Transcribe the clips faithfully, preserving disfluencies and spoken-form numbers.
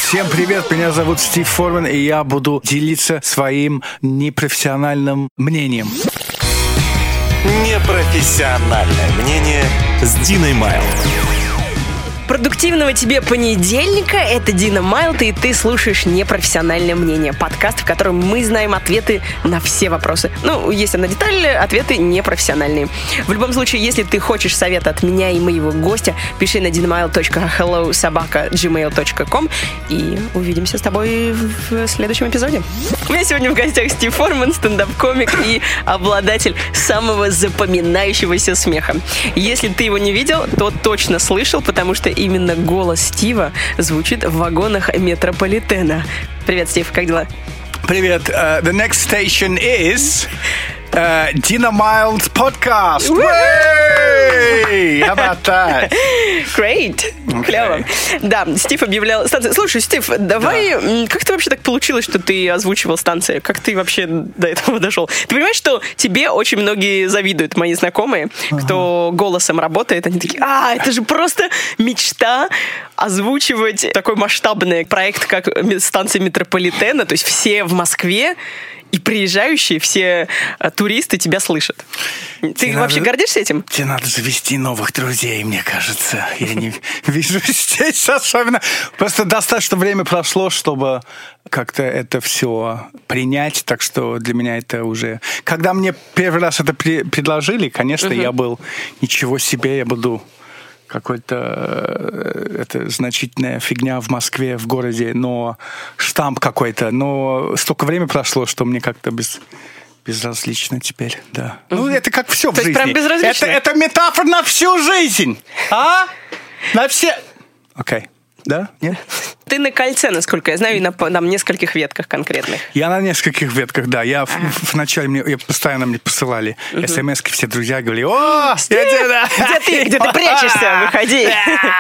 Всем привет, меня зовут Стив Форман, и я буду делиться своим непрофессиональным мнением. Непрофессиональное мнение с Диной Майл. Продуктивного тебе понедельника. Это Дина Майлд, и ты слушаешь «Непрофессиональное мнение». Подкаст, в котором мы знаем ответы на все вопросы. Ну, есть одна деталь, ответы непрофессиональные. В любом случае, если ты хочешь совета от меня и моего гостя, пиши на динамайл точка хэллоу собака джимейл точка ком, и увидимся с тобой в следующем эпизоде. У меня сегодня в гостях Стив Форман, стендап-комик и обладатель самого запоминающегося смеха. Если ты его не видел, то точно слышал, потому что именно голос Стива звучит в вагонах метрополитена. Привет, Стив, как дела? Привет. Uh, the next station is uh, Dina Mild's podcast. Way! How about that? Great. Okay. Клево. Да, Стив объявлял станцию. Слушай, Стив, давай... Да. Как ты вообще так получилось, что ты озвучивал станции? Как ты вообще до этого дошел? Ты понимаешь, что тебе очень многие завидуют, мои знакомые, ага. кто голосом работает. Они такие, а, это же просто мечта озвучивать такой масштабный проект, как станция метрополитена. То есть все в Москве и приезжающие, все а, туристы тебя слышат. Ты тебе вообще надо, гордишься этим? Тебе надо завести новых друзей, мне кажется. Я не вижу здесь особенно. Просто достаточно время прошло, чтобы как-то это все принять. Так что для меня это уже... Когда мне первый раз это предложили, конечно, я был ничего себе, я буду... какой-то это значительная фигня в Москве, в городе, но штамп какой-то. Но столько времени прошло, что мне как-то без, безразлично теперь, да. Mm-hmm. Ну, это как все в То жизни. Прям безразлично? Это, это метафора на всю жизнь. А? На все... Окей. Okay. Да? Нет? Ты на кольце, насколько я знаю, и на там, нескольких ветках конкретных. Я на нескольких ветках, да. Я ага. в, в начале мне, я постоянно мне посылали угу. смс-ки, все друзья говорили: о, Стив, где ты? Где ты прячешься? Выходи.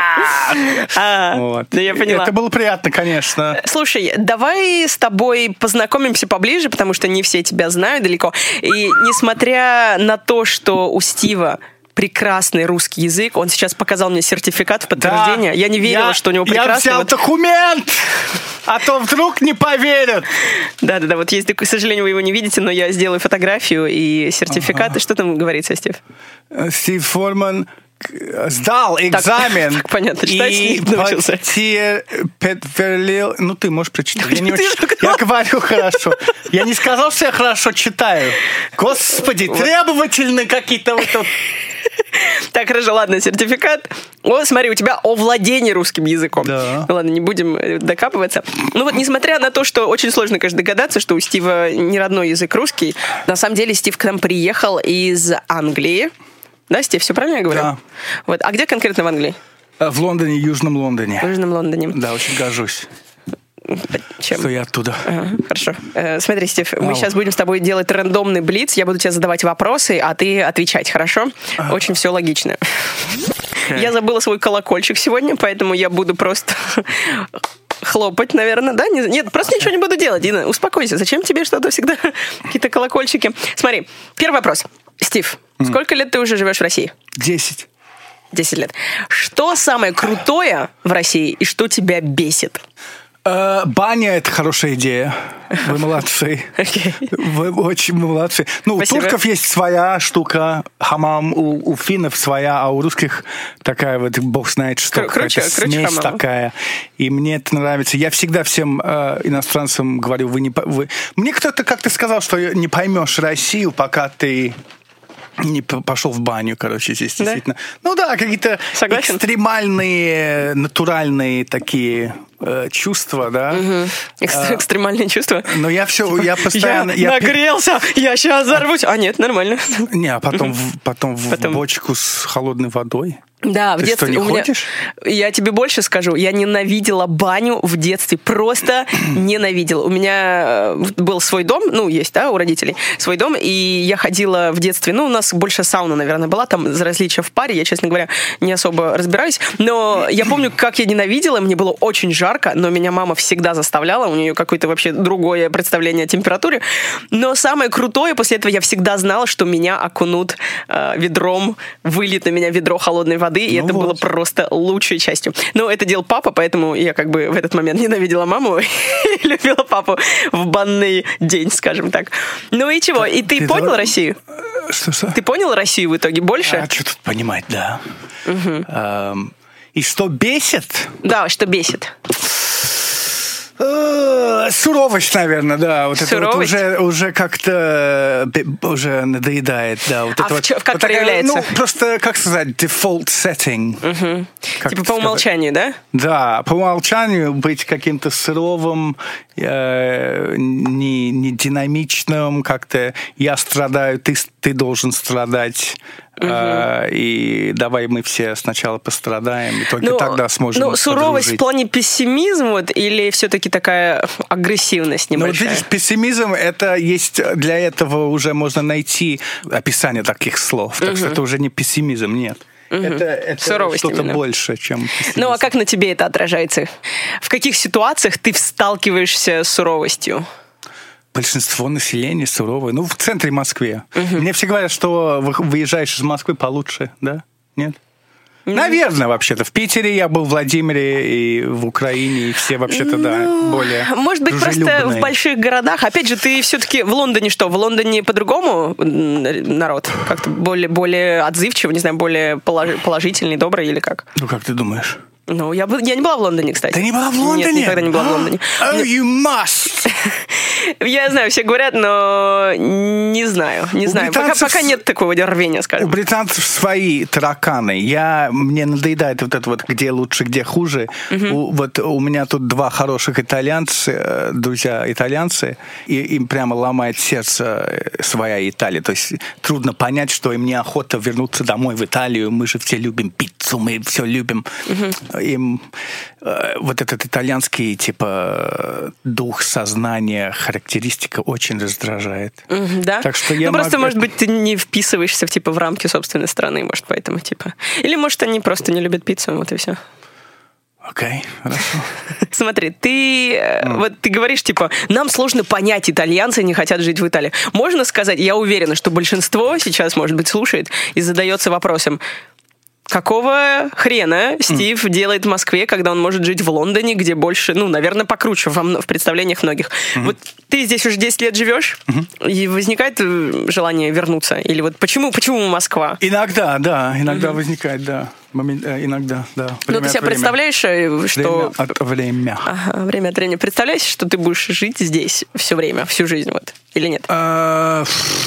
Да, я поняла. Это было приятно, конечно. Слушай, давай с тобой познакомимся поближе, потому что не все тебя знают далеко. И несмотря на то, что у Стива прекрасный русский язык. Он сейчас показал мне сертификат в подтверждение. Да, я не верила, я, что у него прекрасный... Я взял документ, а то вдруг не поверят. Да-да-да, вот есть, к сожалению, вы его не видите, но я сделаю фотографию и сертификат. Ага. И что там говорится, Стив? Стив Форман сдал экзамен. Так, так понятно, читать и научился. Подтвердил... Ну, ты можешь прочитать. Я, не очень... я говорю хорошо. Я не сказал, что я хорошо читаю. Господи, требовательные какие-то вот тут... Так, хорошо, ладно, сертификат. О, смотри, у тебя о владении русским языком. Да. Ну, ладно, не будем докапываться. Ну вот, несмотря на то, что очень сложно, конечно, догадаться, что у Стива не родной язык русский, на самом деле Стив к нам приехал из Англии. Да, Стив, все правильно я говорю? Да. Вот. А где конкретно в Англии? В Лондоне, Южном Лондоне. В Южном Лондоне. Да, очень горжусь. Чем? Что я оттуда. Ага, хорошо. Э, смотри, Стив, Ау. мы сейчас будем с тобой делать рандомный блиц. Я буду тебе задавать вопросы, а ты отвечать, хорошо? Ага. Очень все логично. Okay. Я забыла свой колокольчик сегодня, поэтому я буду просто хлопать, наверное, да? Нет, просто ничего не буду делать, Дина, успокойся. Зачем тебе что-то всегда? Какие-то колокольчики. Смотри, первый вопрос. Стив, mm. сколько лет ты уже живешь в России? Десять. Десять лет. Что самое крутое в России и что тебя бесит? Uh, баня – это хорошая идея. Вы молодцы. Okay. Вы очень молодцы. Ну, Спасибо. У турков есть своя штука, хамам, у, у финнов своя, а у русских такая вот, бог знает что, Кру- круче, смесь круче такая. И мне это нравится. Я всегда всем э, иностранцам говорю, вы не... Вы... Мне кто-то как-то сказал, что не поймешь Россию, пока ты... не пошел в баню, короче, здесь да? действительно. Ну да, какие-то Согласен? экстремальные, натуральные такие э, чувства, да. Угу. Экстр- экстремальные чувства. Но я все, я постоянно... Я, я нагрелся, я сейчас взорвусь. А нет, нормально. Не, а потом, в, потом, потом в бочку с холодной водой. Да, в Ты детстве что, не у меня... ходишь? Я тебе больше скажу, я ненавидела баню в детстве, просто ненавидела. У меня был свой дом, ну, есть, да, у родителей, свой дом, и я ходила в детстве, ну, у нас больше сауна, наверное, была, там различия в паре, я, честно говоря, не особо разбираюсь, но я помню, как я ненавидела, мне было очень жарко, но меня мама всегда заставляла, у нее какое-то вообще другое представление о температуре, но самое крутое, после этого я всегда знала, что меня окунут э, ведром, выльют на меня ведро холодной воды, воды, и Ну это вот. было просто лучшей частью. Но это делал папа, поэтому я как бы в этот момент ненавидела маму и любила папу в банный день, скажем так. Ну и чего? И ты ты понял давай- Россию? Что-что? Ты понял Россию в итоге больше? А что тут понимать, да. Эм, И что бесит? Да, что бесит? Э, Суровость, наверное, да. Вот это вот Суровость? уже, уже как-то э, уже надоедает, да. Вот А это в вот, чё- как вот такая, проявляется? Ну, просто, как сказать, default setting. Как Типа это по умолчанию, да? сказать? Да, по умолчанию быть каким-то суровым, э, не, не динамичным, как-то я страдаю, ты, ты должен страдать. э, и давай мы все сначала пострадаем, и только тогда сможем ну, суровость подружить. в плане пессимизм вот, или все-таки такая агрессивность Ну, вот небольшая? видишь, пессимизм, это есть, для этого уже можно найти описание таких слов. Так что это уже не пессимизм, нет. Это, это Суровость что-то именно. больше, чем пессимизм. Ну, а как на тебе это отражается? В каких ситуациях ты сталкиваешься с суровостью? Большинство населения суровое. Ну, в центре Москвы. Мне все говорят, что вы- выезжаешь из Москвы получше, да? Нет? Наверное, вообще-то. В Питере я был, в Владимире и в Украине, и все вообще-то, да, более Может быть, просто в дружелюбные. больших городах. Опять же, ты все-таки в Лондоне что? В Лондоне по-другому м, народ? Как-то более, более отзывчивый, не знаю, более полож- положительный, добрый или как? Ну, как ты думаешь? Ну, я, бы- я не была в Лондоне, кстати. Ты не была в Лондоне? Нет, никогда не была в Лондоне. Oh, you must! Я знаю, все говорят, но не знаю, не У знаю. Пока, британцев пока с- нет такого рвения, У скажем. британцев свои тараканы. Я, мне надоедает вот это вот, где лучше, где хуже. У, вот у меня тут два хороших итальянца, э, друзья итальянцы, и им прямо ломает сердце э, своя Италия. То есть трудно понять, что им неохота вернуться домой в Италию. Мы же все любим пиццу, мы все любим. Им э, вот этот итальянский типа дух, сознание, характеристика очень раздражает. Мгм, да? Так что я ну, просто, могу- может быть, ты не вписываешься в, типа, в рамки собственной страны, может, поэтому, типа... Или, может, они просто не любят пиццу, вот и все. Окей, хорошо. Смотри, ты э, вот ты говоришь, типа, нам сложно понять, итальянцы не хотят жить в Италии. Можно сказать, я уверена, что большинство сейчас, может быть, слушает и задается вопросом, какого хрена Стив mm. делает в Москве, когда он может жить в Лондоне, где больше, ну, наверное, покруче во мно- в представлениях многих. Mm-hmm. Вот ты здесь уже десять лет живешь, mm-hmm. и возникает э, желание вернуться? Или вот почему, почему Москва? Иногда, да, иногда mm-hmm. возникает, да. Момент, э, иногда, да. Ну, ты себе представляешь, э, что... Время от время. Ага, время от времени. Представляешь, что ты будешь жить здесь все время, всю жизнь, вот? Или нет? А,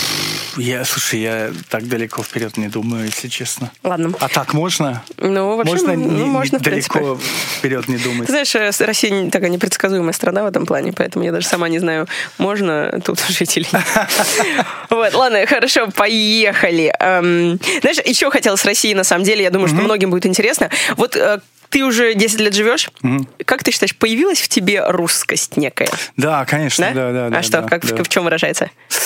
я, слушай, я так далеко вперед не думаю, если честно. Ладно. А так можно? Ну, вообще, можно ну, не, можно, не в принципе. далеко вперед не думать? Ты знаешь, э, Россия не- такая непредсказуемая страна в этом плане, поэтому я даже сама не знаю, можно тут жить или нет. Вот, ладно, хорошо, поехали. Эм, Знаешь, еще хотела с Россией, на самом деле, я думаю, что многим будет интересно. Вот э, ты уже десять лет живешь. Как ты считаешь, появилась в тебе русскость некая? Да, конечно, да, да, да. А что, да, как, да. в чем выражается?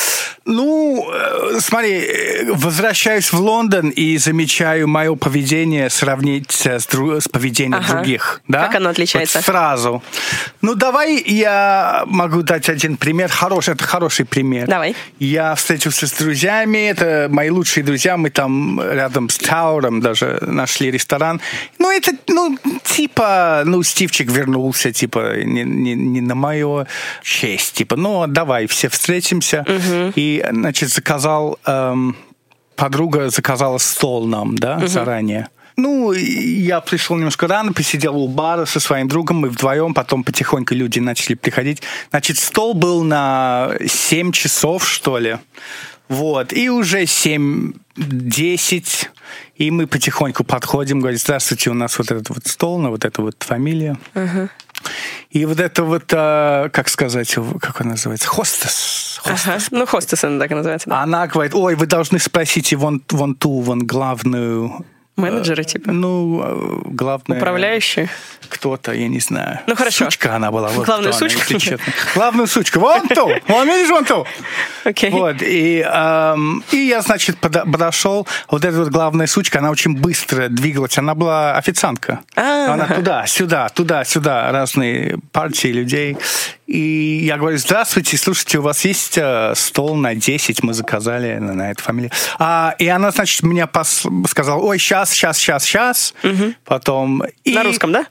Ну, э, смотри, э, возвращаюсь в Лондон и замечаю мое поведение сравнить с, дру- с поведением Ага. других. Да? Как оно отличается? Вот сразу. Ну, давай я могу дать один пример. Хороший, это хороший пример. Давай. Я встретился с друзьями, это мои лучшие друзья, мы там рядом с Тауэром даже нашли ресторан. Ну, это, ну, типа, ну, Стивчик вернулся, типа, не, не, не на мою честь, типа, ну, давай все встретимся. И, значит, заказал, эм, подруга заказала стол нам, да, заранее. Ну, я пришел немножко рано, посидел у бара со своим другом, мы вдвоем, потом потихоньку люди начали приходить. Значит, стол был на семь часов, что ли. Вот, и уже семь десять, и мы потихоньку подходим, говорит, здравствуйте, у нас вот этот вот стол, на вот эта вот фамилия. Uh-huh. И вот это вот, а, как сказать, как он называется, хостес. хостес. Ага. Ну, хостес она так и называется. Да. Она говорит, ой, вы должны спросить вон, вон ту, вон главную... Менеджеры, типа? Ну, главное... Управляющие? Кто-то, я не знаю. Ну, хорошо. Сучка она была. Вот Главную кто она, сучку? если честно. Главную сучку. Вон ту! Вон, видишь, вон ту! Окей. Вот, и, эм, и я, значит, подо- подошел. Вот эта вот главная сучка, она очень быстро двигалась. Она была официантка. А-а-а. Она туда, сюда, туда, сюда. Разные партии людей. И я говорю, здравствуйте, слушайте, у вас есть э, стол на десять, мы заказали на, на эту фамилию. А, и она, значит, мне пос... сказала, ой, сейчас, сейчас, сейчас, сейчас. Угу. Потом... И... На русском, да?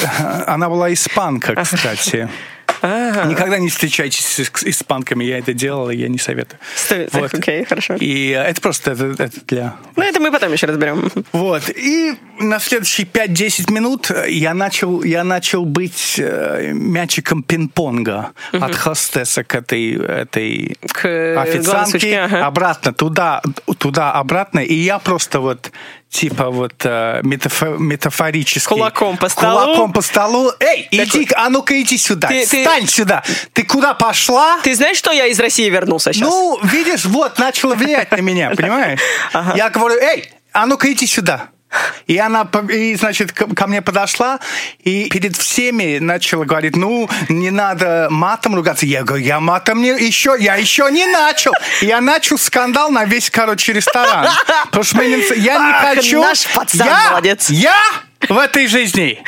Она была испанка, кстати. Ага. Никогда не встречайтесь с испанками, я это делал, и я не советую. Стой, вот. Окей, хорошо. И это просто это, это для... Ну, это мы потом еще разберем. Вот, и на следующие пять-десять минут я начал, я начал быть мячиком пинг-понга угу. от хостеса к этой, этой к официантке, ага. обратно, туда, туда, обратно, и я просто вот типа вот э, метафор, метафорически... Кулаком по столу. Кулаком по столу. Эй, иди, так... а ну-ка иди сюда, ты, встань ты... сюда. Ты куда пошла? Ты знаешь, что я из России вернулся сейчас? Ну, видишь, вот, начала влиять на меня, понимаешь? Ага. Я говорю, эй, а ну-ка иди сюда. И она, и, значит, ко мне подошла и перед всеми начала говорить, ну, не надо матом ругаться. Я говорю, я матом не, еще, я еще не начал. И я начал скандал на весь, короче, ресторан. Потому что я не Ах, хочу... Наш пацан я, молодец. Я в этой жизни...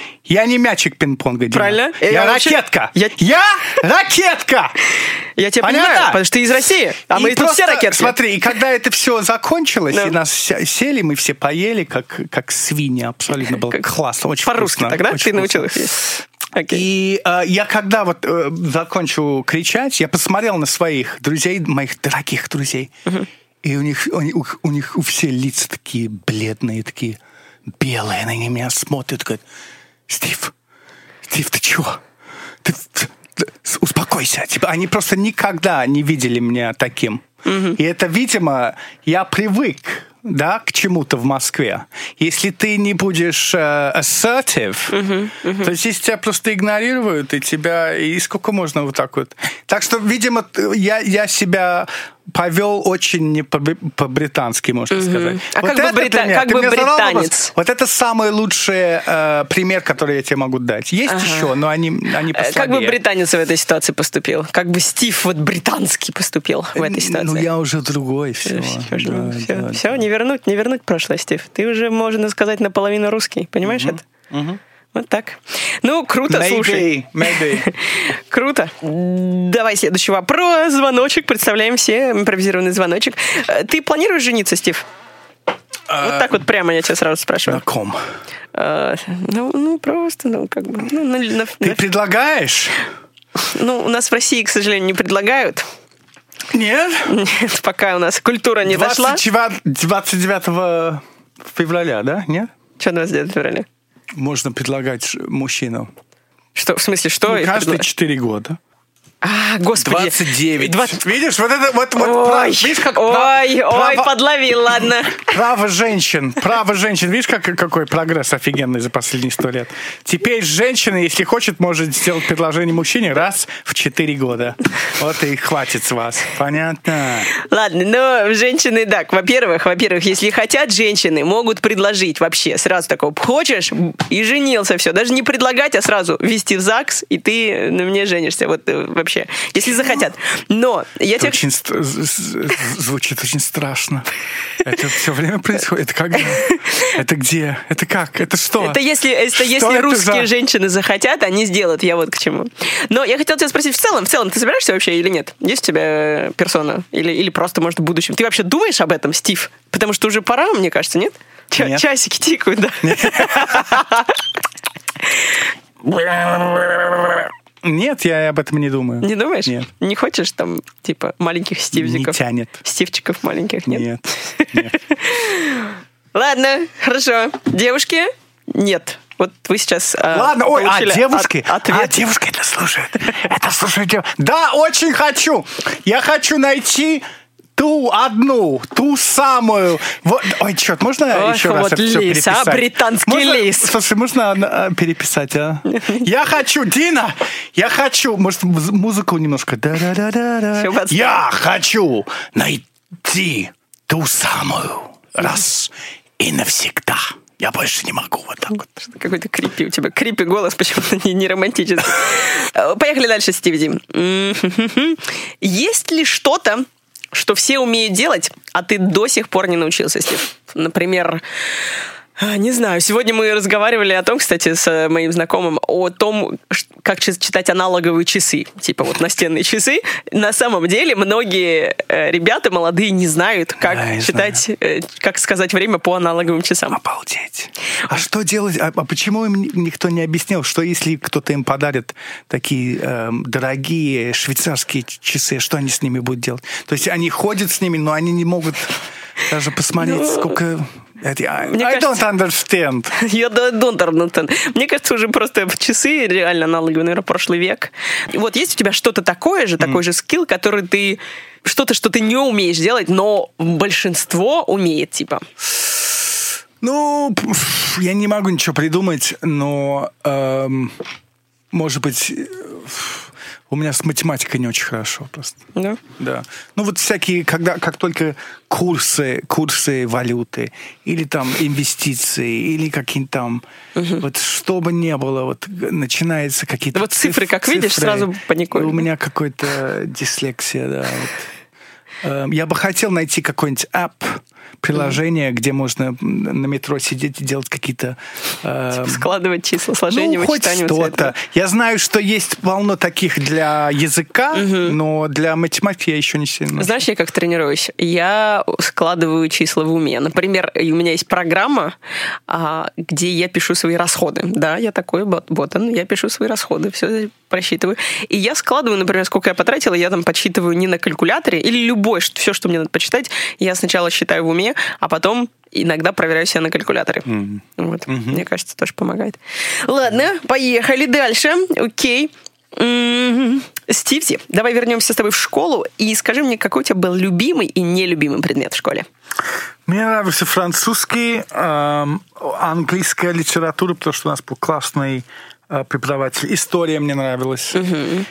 Я не мячик пинг-понга, Дима. Правильно? Я, я ракетка. Я... я ракетка. Я тебя Понятно? понимаю, потому что ты из России, а и мы тут все ракетки. Смотри, и когда это все закончилось, no. и нас сели, мы все поели, как, как свиньи, абсолютно было как классно, очень по-русски вкусно. По-русски тогда очень ты вкусно. научил их есть? Okay. И э, я когда вот э, закончил кричать, я посмотрел на своих друзей, моих дорогих друзей, uh-huh. и у них, у, у, у них у все лица такие бледные, такие белые, они на меня смотрят, говорят, Стив, Стив, ты чего? Ты, ты, ты, успокойся. Типа, они просто никогда не видели меня таким. Mm-hmm. И это, видимо, я привык, да, к чему-то в Москве. Если ты не будешь uh, assertive, mm-hmm. Mm-hmm. то здесь тебя просто игнорируют, и тебя... И сколько можно вот так вот... Так что, видимо, я, я себя... повел очень не по-британски, можно mm-hmm. сказать. А вот как бы, брита... меня, как бы британец? Вот это самый лучший э, пример, который я тебе могу дать. Есть ага. еще, но они, они послабее. Как бы британец в этой ситуации поступил? Как бы Стив вот британский поступил в этой ситуации? Ну, я уже другой, все. Все, да, все, да, все да. не вернуть, не вернуть прошлое, Стив. Ты уже, можно сказать, наполовину русский. Понимаешь mm-hmm. это? Mm-hmm. Вот так. Ну, круто, maybe, слушай. Maybe. Круто. Давай следующий вопрос. Звоночек. Представляем все. Импровизированный звоночек. Ты планируешь жениться, Стив? Uh, вот так вот прямо я тебя сразу спрашиваю. На ком? Uh, ну, ну, просто, ну, как бы... Ну, на, на, Ты на... предлагаешь? Ну, у нас в России, к сожалению, не предлагают. Нет? Нет, пока у нас культура не дошла. двадцать девятого февраля, да? Нет? Что двадцать девятого февраля? Можно предлагать мужчину. Что, в смысле, что? Ну, каждые четыре года. А, господи. двадцать девять. двадцать... Видишь, вот это вот... вот ой, прав... видишь, как ой, прав... ой, право... подловил, ладно. Право женщин, право женщин. Видишь, как, какой прогресс офигенный за последние сто лет. Теперь женщина, если хочет, может сделать предложение мужчине раз в четыре года. Вот и хватит с вас. Понятно? Ладно, но женщины, так, во-первых, во-первых, если хотят, женщины могут предложить вообще сразу такого, хочешь, и женился, все. Даже не предлагать, а сразу вести в ЗАГС, и ты на мне женишься. Вот вообще. Если захотят. Но я это тебе... очень ст... звучит очень страшно. Это все время происходит. Это когда? Это где? Это как? Это что? Это если, это что если это русские за... женщины захотят, они сделают. Я вот к чему. Но я хотела тебя спросить, в целом, в целом, ты собираешься вообще или нет? Есть у тебя персона? Или, или просто, может, в будущем? Ты вообще думаешь об этом, Стив? Потому что уже пора, мне кажется, нет? Ч- нет. Часики тикают, да? Нет, я об этом не думаю. Не думаешь? Нет. Не хочешь там, типа, маленьких стивзиков? Не тянет. Стивчиков маленьких, нет? Нет. Нет. Ладно, хорошо. Девушки? Нет. Вот вы сейчас Ладно, ой, а девушки? От, ответ. А девушки это слушают. Это слушают. Да, очень хочу. Я хочу найти... Ту одну, ту самую. Вот, ой, черт, можно Ох, еще вот раз это все лис, переписать? а, британский можно, лис. Слушай, можно а, переписать, а? Я хочу, Дина, я хочу, может, музыку немножко. Да-да-да-да-да. Я хочу найти ту самую раз и навсегда. Я больше не могу вот так вот. Какой-то крипи у тебя. Крипи голос почему-то не, не романтический. Поехали дальше, Стив Дим. Есть ли что-то, что все умеют делать, а ты до сих пор не научился, Стив? Например, Не знаю. Сегодня мы разговаривали о том, кстати, с моим знакомым, о том, как читать аналоговые часы. Типа вот настенные часы. На самом деле многие ребята молодые не знают, как да, читать, знаю. Как сказать время по аналоговым часам. Обалдеть. А что делать? А почему им никто не объяснил, что если кто-то им подарит такие э, дорогие швейцарские часы, что они с ними будут делать? То есть они ходят с ними, но они не могут даже посмотреть, ну... сколько... I, Мне I кажется, don't understand. Я don't understand. Мне кажется, уже просто часы реально аналоговые, наверное, прошлый век. Вот есть у тебя что-то такое же, mm. такой же скилл, который ты... Что-то, что ты не умеешь делать, но большинство умеет, типа. Ну, я не могу ничего придумать, но, эм, может быть... У меня с математикой не очень хорошо просто. Да? Да. Ну вот всякие, когда, как только курсы, курсы валюты, или там инвестиции, или какие-то там, угу. вот что бы ни было, вот начинается какие-то... Вот цифры, как цифры, видишь, сразу паникуешь. У меня какой-то дислексия, да. Вот. Я бы хотел найти какой-нибудь app, приложение, mm-hmm. где можно на метро сидеть и делать какие-то... Э, складывать числа, сложения, ну, вычитания. хоть что-то. Я знаю, что есть полно таких для языка, mm-hmm. но для математики я еще не сильно. Знаешь, я как тренируюсь? Я складываю числа в уме. Например, у меня есть программа, где я пишу свои расходы. Да, я такой ботан, я пишу свои расходы, все просчитываю. И я складываю, например, сколько я потратила, я там подсчитываю не на калькуляторе, или любой, все, что мне надо почитать, я сначала считаю в уме, а потом иногда проверяю себя на калькуляторе. Mm-hmm. Вот. Mm-hmm. Мне кажется, тоже помогает. Ладно, поехали дальше. Окей. Mm-hmm. Стивзи, давай вернемся с тобой в школу и скажи мне, какой у тебя был любимый и нелюбимый предмет в школе? Мне нравился французский, э, английская литература, потому что у нас был классный э, преподаватель. История мне нравилась. Mm-hmm.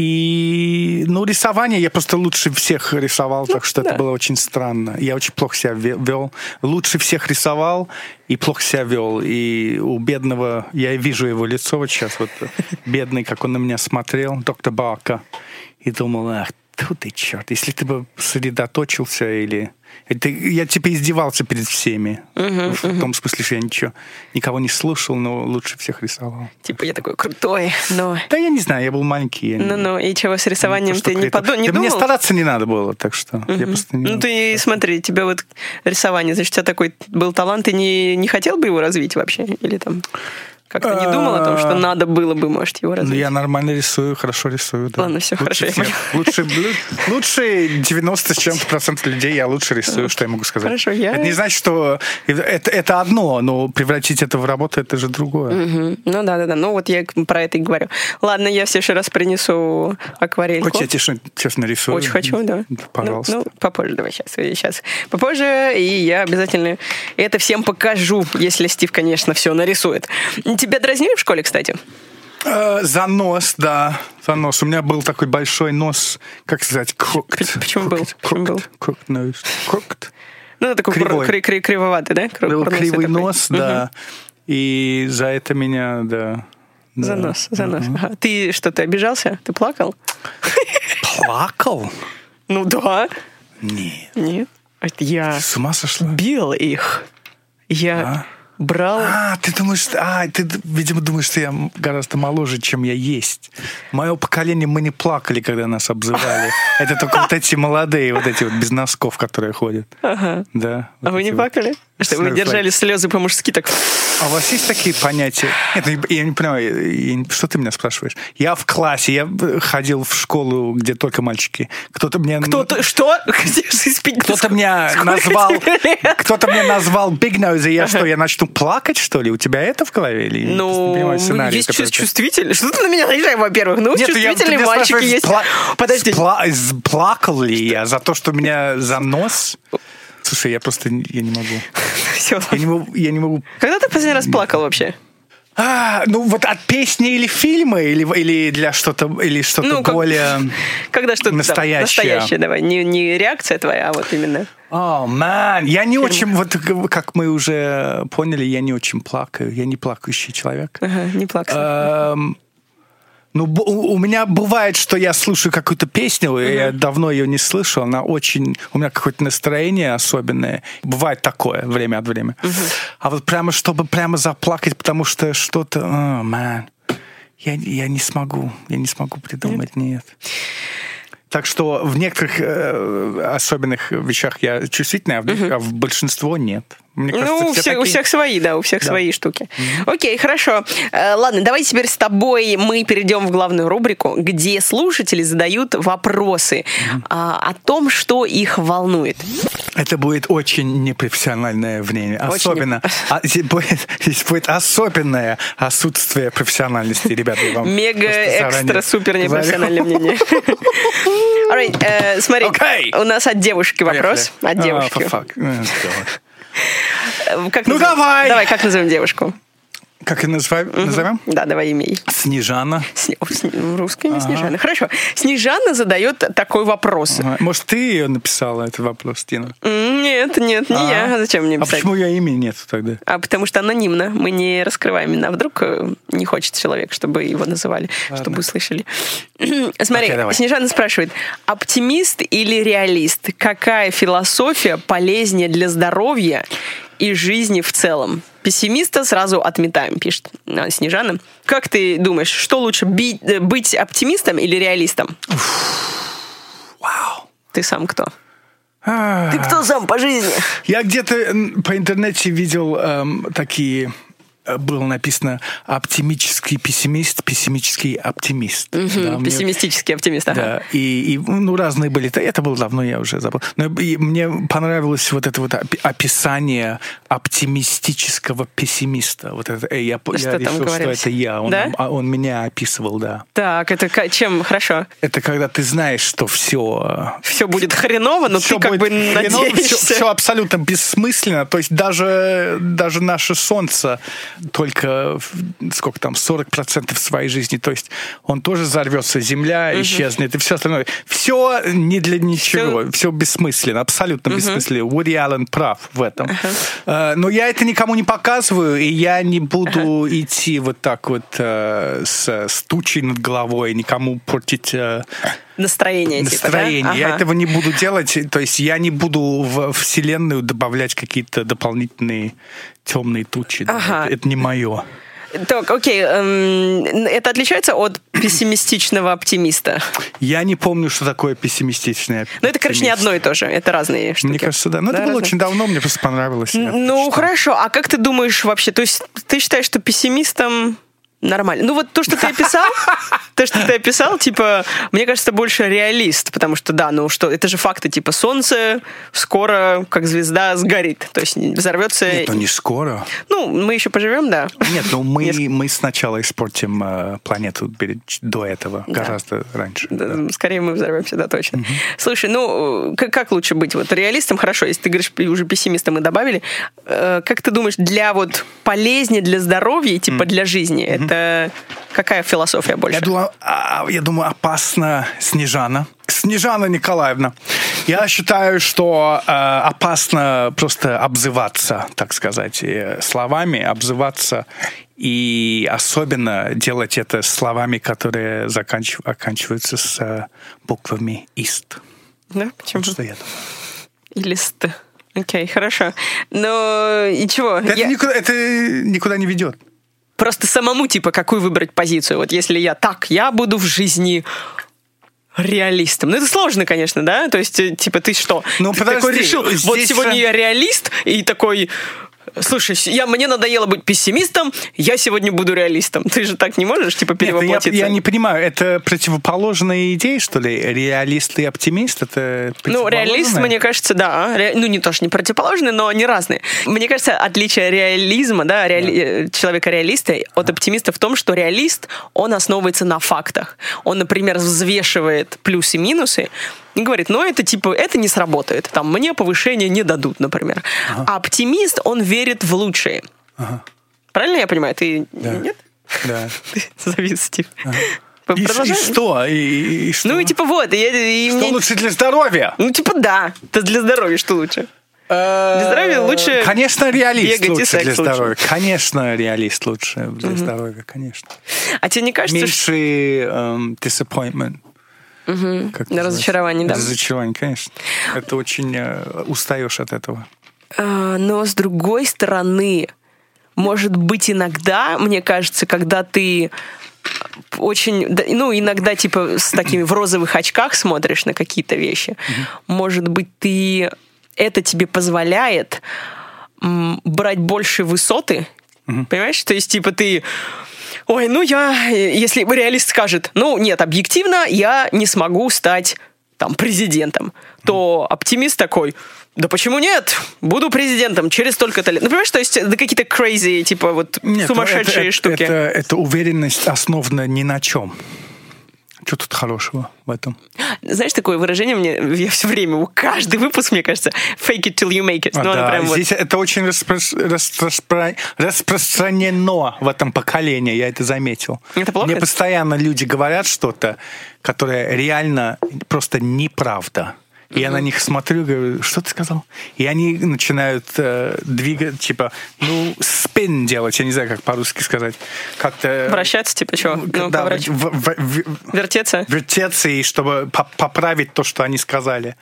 И, ну, рисование я просто лучше всех рисовал, так что да. это было очень странно. Я очень плохо себя вел. Лучше всех рисовал и плохо себя вел. И у бедного, я вижу его лицо вот сейчас, вот бедный, как он на меня смотрел, доктор Бака, и думал, ах, тьфу ты, черт, если ты бы сосредоточился или... Это, я типа издевался перед всеми. Uh-huh, в uh-huh. том смысле, что я ничего, никого не слушал, но лучше всех рисовал. Типа я такой крутой, но... Да я не знаю, я был маленький. Ну-ну, не... и чего с рисованием ты не, подо... не да думал? Мне стараться не надо было, так что uh-huh. я просто не... Ну ты смотри, тебя вот рисование, значит, у тебя такой был талант, ты не, не хотел бы его развить вообще? Или там... Как-то не думал о том, что надо было бы, может, его развить? Ну, я нормально рисую, хорошо рисую. Да. Ладно, все лучше хорошо. Лучше, лучше девяносто с чем-то процентов людей я лучше рисую, что я могу сказать. Хорошо, я... Это не значит, что это, это одно, но превратить это в работу, это же другое. Угу. Ну да-да-да, ну вот я про это и говорю. Ладно, я в следующий раз принесу акварельку. Хочешь, я тебе честно рисую? Очень хочу, да. Пожалуйста. Ну, ну попозже, давай сейчас, сейчас. Попозже, и я обязательно это всем покажу, если Стив, конечно, все нарисует. Тебя дразнили в школе, кстати? Э, за нос, да. За нос. У меня был такой большой нос, как сказать, crooked. Почему был? Почему был? Crooked nose. Crooked. Ну, такой кривой. Кри- кри- кривоватый, да? Кру- был кривый нос, такой. Да. Угу. И за это меня, да. За да. нос, за нос. Ага. Ты что, ты обижался? Ты плакал? Плакал? Ну да. Нет. Нет. Это я с ума сошла? Бил их. Я... А? Брал... А, ты думаешь, а, ты, видимо, думаешь, что я гораздо моложе, чем я есть. Мое поколение, мы не плакали, когда нас обзывали. Это только вот эти молодые, вот эти вот без носков, которые ходят. Ага. Да. А вы не плакали? Что, вы держали слезы по-мужски так... А у вас есть такие понятия? Нет, я не понимаю, что ты меня спрашиваешь? Я в классе, я ходил в школу, где только мальчики. Кто-то мне... Кто-то... Что? Кто-то меня назвал... Кто-то мне назвал Big Nose, и я что, я начну плакать, что ли? У тебя это в голове? Или ну, сценарий, есть чувств чувствительный. Что ты на меня наезжаешь, во-первых? Ну, Нет, чувствительные я, мальчики есть. Пла- Подожди. Спла- плакал ли я за то, что меня за нос... Слушай, я просто я не могу. Все. Я не могу, я не могу. Когда ты последний раз плакал вообще? А, ну вот от песни или фильма, или, или для что-то, или что-то ну, как, более когда что-то настоящее. Да, настоящее, давай. Не, не реакция твоя, а вот именно. О, oh, ман, я не Фильм. очень, вот как мы уже поняли, я не очень плакаю. Я не плакающий человек. Ага, не плакал. Um, Ну, у меня бывает, что я слушаю какую-то песню, и uh-huh. я давно ее не слышал, она очень... У меня какое-то настроение особенное. Бывает такое время от времени. Uh-huh. А вот прямо, чтобы прямо заплакать, потому что что-то... Oh, man. Я, я не смогу. Я не смогу придумать. Нет. нет. Так что в некоторых э, особенных вещах я чувствительный, а в, uh-huh. а в большинство нет. Мне кажется, ну, у всех, такие... у всех свои, да, у всех да. свои штуки. Mm-hmm. Окей, хорошо. Э, ладно, давай теперь с тобой мы перейдем в главную рубрику, где слушатели задают вопросы mm-hmm. а, о том, что их волнует. Это будет очень непрофессиональное время. Очень Особенно. Не... А, здесь, будет, здесь будет особенное отсутствие профессиональности, ребята. Мега-экстра-супер непрофессиональное мнение. Alright, э, смотри, okay. у нас от девушки вопрос. От девушки. Oh, Как ну назовем? давай! Давай, как назовем девушку? Как ее называем? Угу. назовем? Да, давай имя ей. Снежана. Сни... Русское имя ага. Снежана. Хорошо. Снежана задает такой вопрос. Ага. Может, ты ее написала, этот вопрос, Тина? Нет, нет, не а я. А зачем мне писать? А почему ее имени нет тогда? А потому что анонимно. Мы не раскрываем имена. Вдруг не хочет человек, чтобы его называли, Ладно. чтобы услышали. Смотри, okay, Снежана спрашивает, оптимист или реалист? Какая философия полезнее для здоровья и жизни в целом? Пессимиста сразу отметаем, пишет Снежана. Как ты думаешь, что лучше, би- быть оптимистом или реалистом? Вау. Ты сам кто? Ты кто сам по жизни? Я где-то по интернете видел эм, такие... Было написано «оптимический пессимист, пессимический оптимист». Угу, да, пессимистический мне... оптимист, ага. Да, и, и ну, разные были. Это было давно, я уже забыл. Но мне понравилось вот это вот описание оптимистического пессимиста. Вот это, я, что я решил, что это я. Он, да? он меня описывал, да. Так, это чем хорошо? Это когда ты знаешь, что все... Все будет хреново, но ты как бы хреново, надеешься. Все, все абсолютно бессмысленно. То есть даже, даже наше солнце... только сколько там, сорок процентов своей жизни, то есть он тоже взорвется, земля uh-huh. исчезнет и все остальное. Все не для ничего, все, все бессмысленно, абсолютно uh-huh. бессмысленно. Вуди Аллен прав в этом. Uh-huh. Но я это никому не показываю, и я не буду uh-huh. идти вот так вот с, с тучей над головой, никому портить... Настроение, Настроение. Типа, да? Я ага. этого не буду делать. То есть я не буду в Вселенную добавлять какие-то дополнительные темные тучи. Ага. Это, это не мое. Так, окей. Эм, это отличается от пессимистичного оптимиста? Я не помню, что такое пессимистичное. Ну, это, короче, не одно и то же. Это разные штуки. Мне кажется, да. Но да, это было разные. очень давно, мне просто понравилось. Ну, хорошо. А как ты думаешь вообще? То есть ты считаешь, что пессимистом... Нормально. Ну вот то, что ты описал, то, что ты описал, типа, мне кажется, это больше реалист, потому что, да, ну что, это же факты, типа, солнце скоро, как звезда, сгорит, то есть взорвется... Нет, ну не скоро. Ну, мы еще поживем, да. Нет, ну мы, Неск... мы сначала испортим э, планету до этого, да. гораздо раньше. Да, да. Скорее мы взорвемся, да, точно. Угу. Слушай, ну, как, как лучше быть? Вот реалистом, хорошо, если ты говоришь, уже пессимиста мы добавили, э, как ты думаешь, для вот полезнее для здоровья, типа, mm. для жизни, mm-hmm. это какая философия больше? Я думаю, я думаю, опасно Снежана. Снежана Николаевна. Я считаю, что э, опасно просто обзываться, так сказать, словами, обзываться, и особенно делать это словами, которые заканчив... оканчиваются с э, буквами «ист». Да, почему? Вот что я думаю. Или «ст». Окей, хорошо. Но и чего? Это, я... никуда, это никуда не ведет. Просто самому, типа, какую выбрать позицию? Вот если я так, я буду в жизни реалистом. Ну, это сложно, конечно, да? То есть, типа, ты что? Ну, ты подожди, такой решил, вот сегодня же... я реалист, и такой... Слушай, я, мне надоело быть пессимистом, я сегодня буду реалистом. Ты же так не можешь, типа, перевоплотиться? Нет, я, я не понимаю, это противоположные идеи, что ли? Реалист и оптимист? Это ну, реалист, мне кажется, да. Ре... Ну, не то, что не противоположные, но они разные. Мне кажется, отличие реализма, да, реали... да. человека-реалиста от оптимиста в том, что реалист, он основывается на фактах. Он, например, взвешивает плюсы и минусы, и говорит, ну, это типа, это не сработает. Там, мне повышение не дадут, например. Ага. А оптимист, он верит в лучшее. Ага. Правильно я понимаю? Ты да. нет? Да. Ты завис, Стив. Ага. И, и что? И, и что? Ну, и типа вот. И, и что мне... лучше для здоровья? Ну, типа да. Это для здоровья что лучше? Для здоровья лучше Конечно, реалист бегать и лучше секс для лучше. здоровья. Конечно, реалист лучше для Мгм. здоровья, конечно. А тебе не кажется, что... Меньше эм, disappointment. Мгм. Как это Разочарование, да. называется? Разочарование, конечно. Это очень э, устаешь от этого. А, Но с другой стороны, может быть, иногда, мне кажется, когда ты очень, да, ну, иногда, типа, с такими в розовых очках смотришь на какие-то вещи, может быть, ты это тебе позволяет м, брать больше высоты, понимаешь? То есть, типа, ты... Ой, ну я, если реалист скажет, ну нет, объективно я не смогу стать там президентом, то оптимист такой, да почему нет? Буду президентом через столько-то лет. Ну, понимаешь, то есть да какие-то crazy, типа вот Нет, сумасшедшие это, штуки. Это, это уверенность основана ни на чем. Что тут хорошего в этом? Знаешь, такое выражение мне, я все время, у каждый выпуск, мне кажется, fake it till you make it. А, Ну, оно да, прям вот- здесь это очень распро- распро- распространено в этом поколении, я это заметил. Это плохо? Мне постоянно люди говорят что-то, которое реально просто неправда. И я на них смотрю, говорю, что ты сказал? И они начинают э, двигать, типа, ну, спин делать, я не знаю, как по-русски сказать. Как-то... Вращаться, типа, что? Ну, да, поворачивать. в- в- в- Вертеться. вертеться, и чтобы по- поправить то, что они сказали.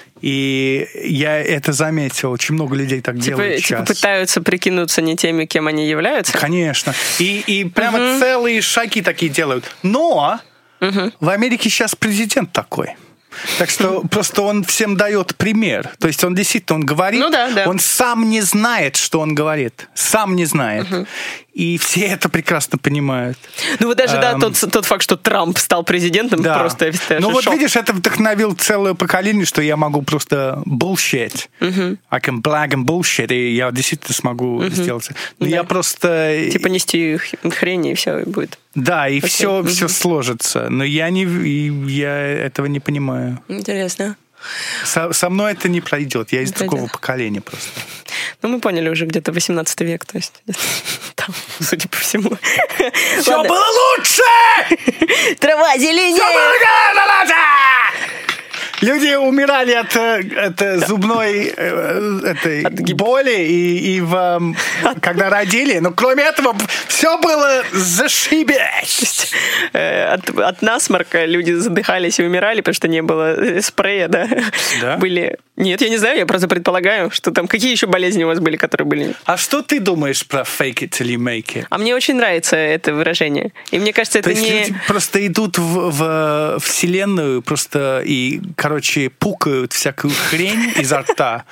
И я это заметил. Очень много людей так Типа, делают типа сейчас. пытаются прикинуться не теми, кем они являются. Конечно. И, и прямо целые шаги такие делают. Но в Америке сейчас президент такой. Так что просто он всем дает пример. То есть он действительно, он говорит, Ну да, да. он сам не знает, что он говорит. Сам не знает. И все это прекрасно понимают. Ну вот даже, да, Эм, тот, тот факт, что Трамп стал президентом, Да. просто это Ну же вот шок. видишь, это вдохновил целое поколение, что я могу просто bullshit. I can blag and bullshit, и я действительно смогу сделать. Но Да. я просто... Типа нести х- хрень, и все, и будет. Да, и Окей. все, Мгм. все сложится. Но я, не, и я этого не понимаю. Интересно. Со, со мной это не пройдет. Я из Не пройдет. другого поколения просто. Ну, мы поняли уже где-то восемнадцатый век, то есть где-то там, судя по всему. Все Ладно. было лучше! Трава зеленее! Всё было гораздо лучше! Люди умирали от, э, от э, зубной э, этой От гип- боли и, и в, эм, когда родили. Но кроме этого все было зашибись. Э, От, от насморка люди задыхались и умирали, потому что не было э, спрея, да? Да? Были... Нет, я не знаю, я просто предполагаю, что там... Какие еще болезни у вас были, которые были? А что ты думаешь про fake it till you make it? А мне очень нравится это выражение. И мне кажется, То это есть не... люди просто идут в, в вселенную просто и, короче, пукают всякую хрень изо рта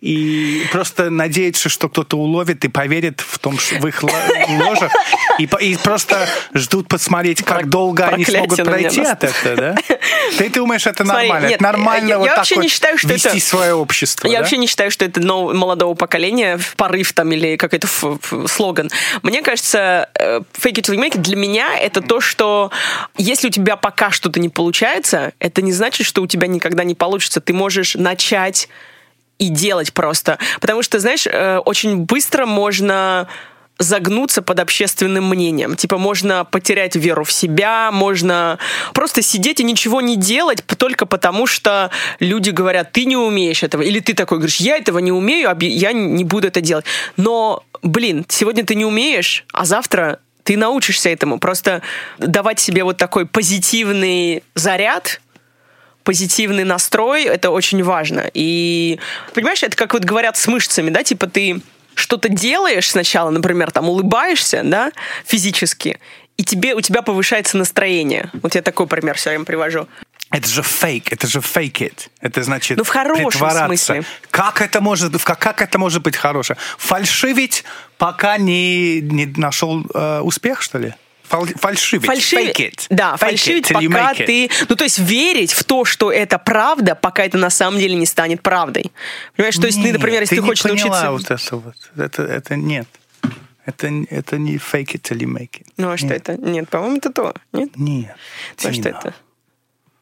и просто надеются, что кто-то уловит и поверит в том, что в их ло- ложах и, по- и просто ждут посмотреть, как Прок- долго они проклятие смогут на меня пройти нас- от этого, да? Ты думаешь, это Смотри, нормально? нет, Это нормально я- вот я так вообще вот не считаю, что вести это- свое общество, Я да? вообще не считаю, что это нов- молодого поколения порыв там или какой-то ф- ф- слоган. Мне кажется, э, fake it till you make it для меня это то, что если у тебя пока что-то не получается, это не значит, что у тебя никогда не получится. Ты можешь начать и делать просто. Потому что, знаешь, э, очень быстро можно загнуться под общественным мнением. Типа можно потерять веру в себя, можно просто сидеть и ничего не делать п- только потому, что люди говорят, ты не умеешь этого. Или ты такой говоришь, я этого не умею, объ- я не буду это делать. Но, блин, сегодня ты не умеешь, а завтра ты научишься этому. Просто давать себе вот такой позитивный заряд, позитивный настрой, это очень важно. И, понимаешь, это как вот говорят с мышцами, да, типа ты что-то делаешь сначала, например, там улыбаешься, да, физически, и тебе, у тебя повышается настроение. Вот я такой пример все время привожу. Это же фейк, это же fake it. Это значит Ну, в хорошем притворяться. смысле. Как это может быть, как, как это может быть хорошее? Фальшивить, пока не, не нашел э, успех, что ли? Фаль- Фальшивить. Фальшивить, Fake it. да, Fake фальшивить, it till you пока make it. ты... Ну, то есть верить в то, что это правда, пока это на самом деле не станет правдой. Понимаешь, то есть ты, Нет, например, если ты, не хочешь поняла научиться... вот это вот. Это, это нет. Это, это не fake it till you make it. Ну, а что Нет. это? Нет, по-моему, это то. Нет? Нет. Ну, а что Тина. это?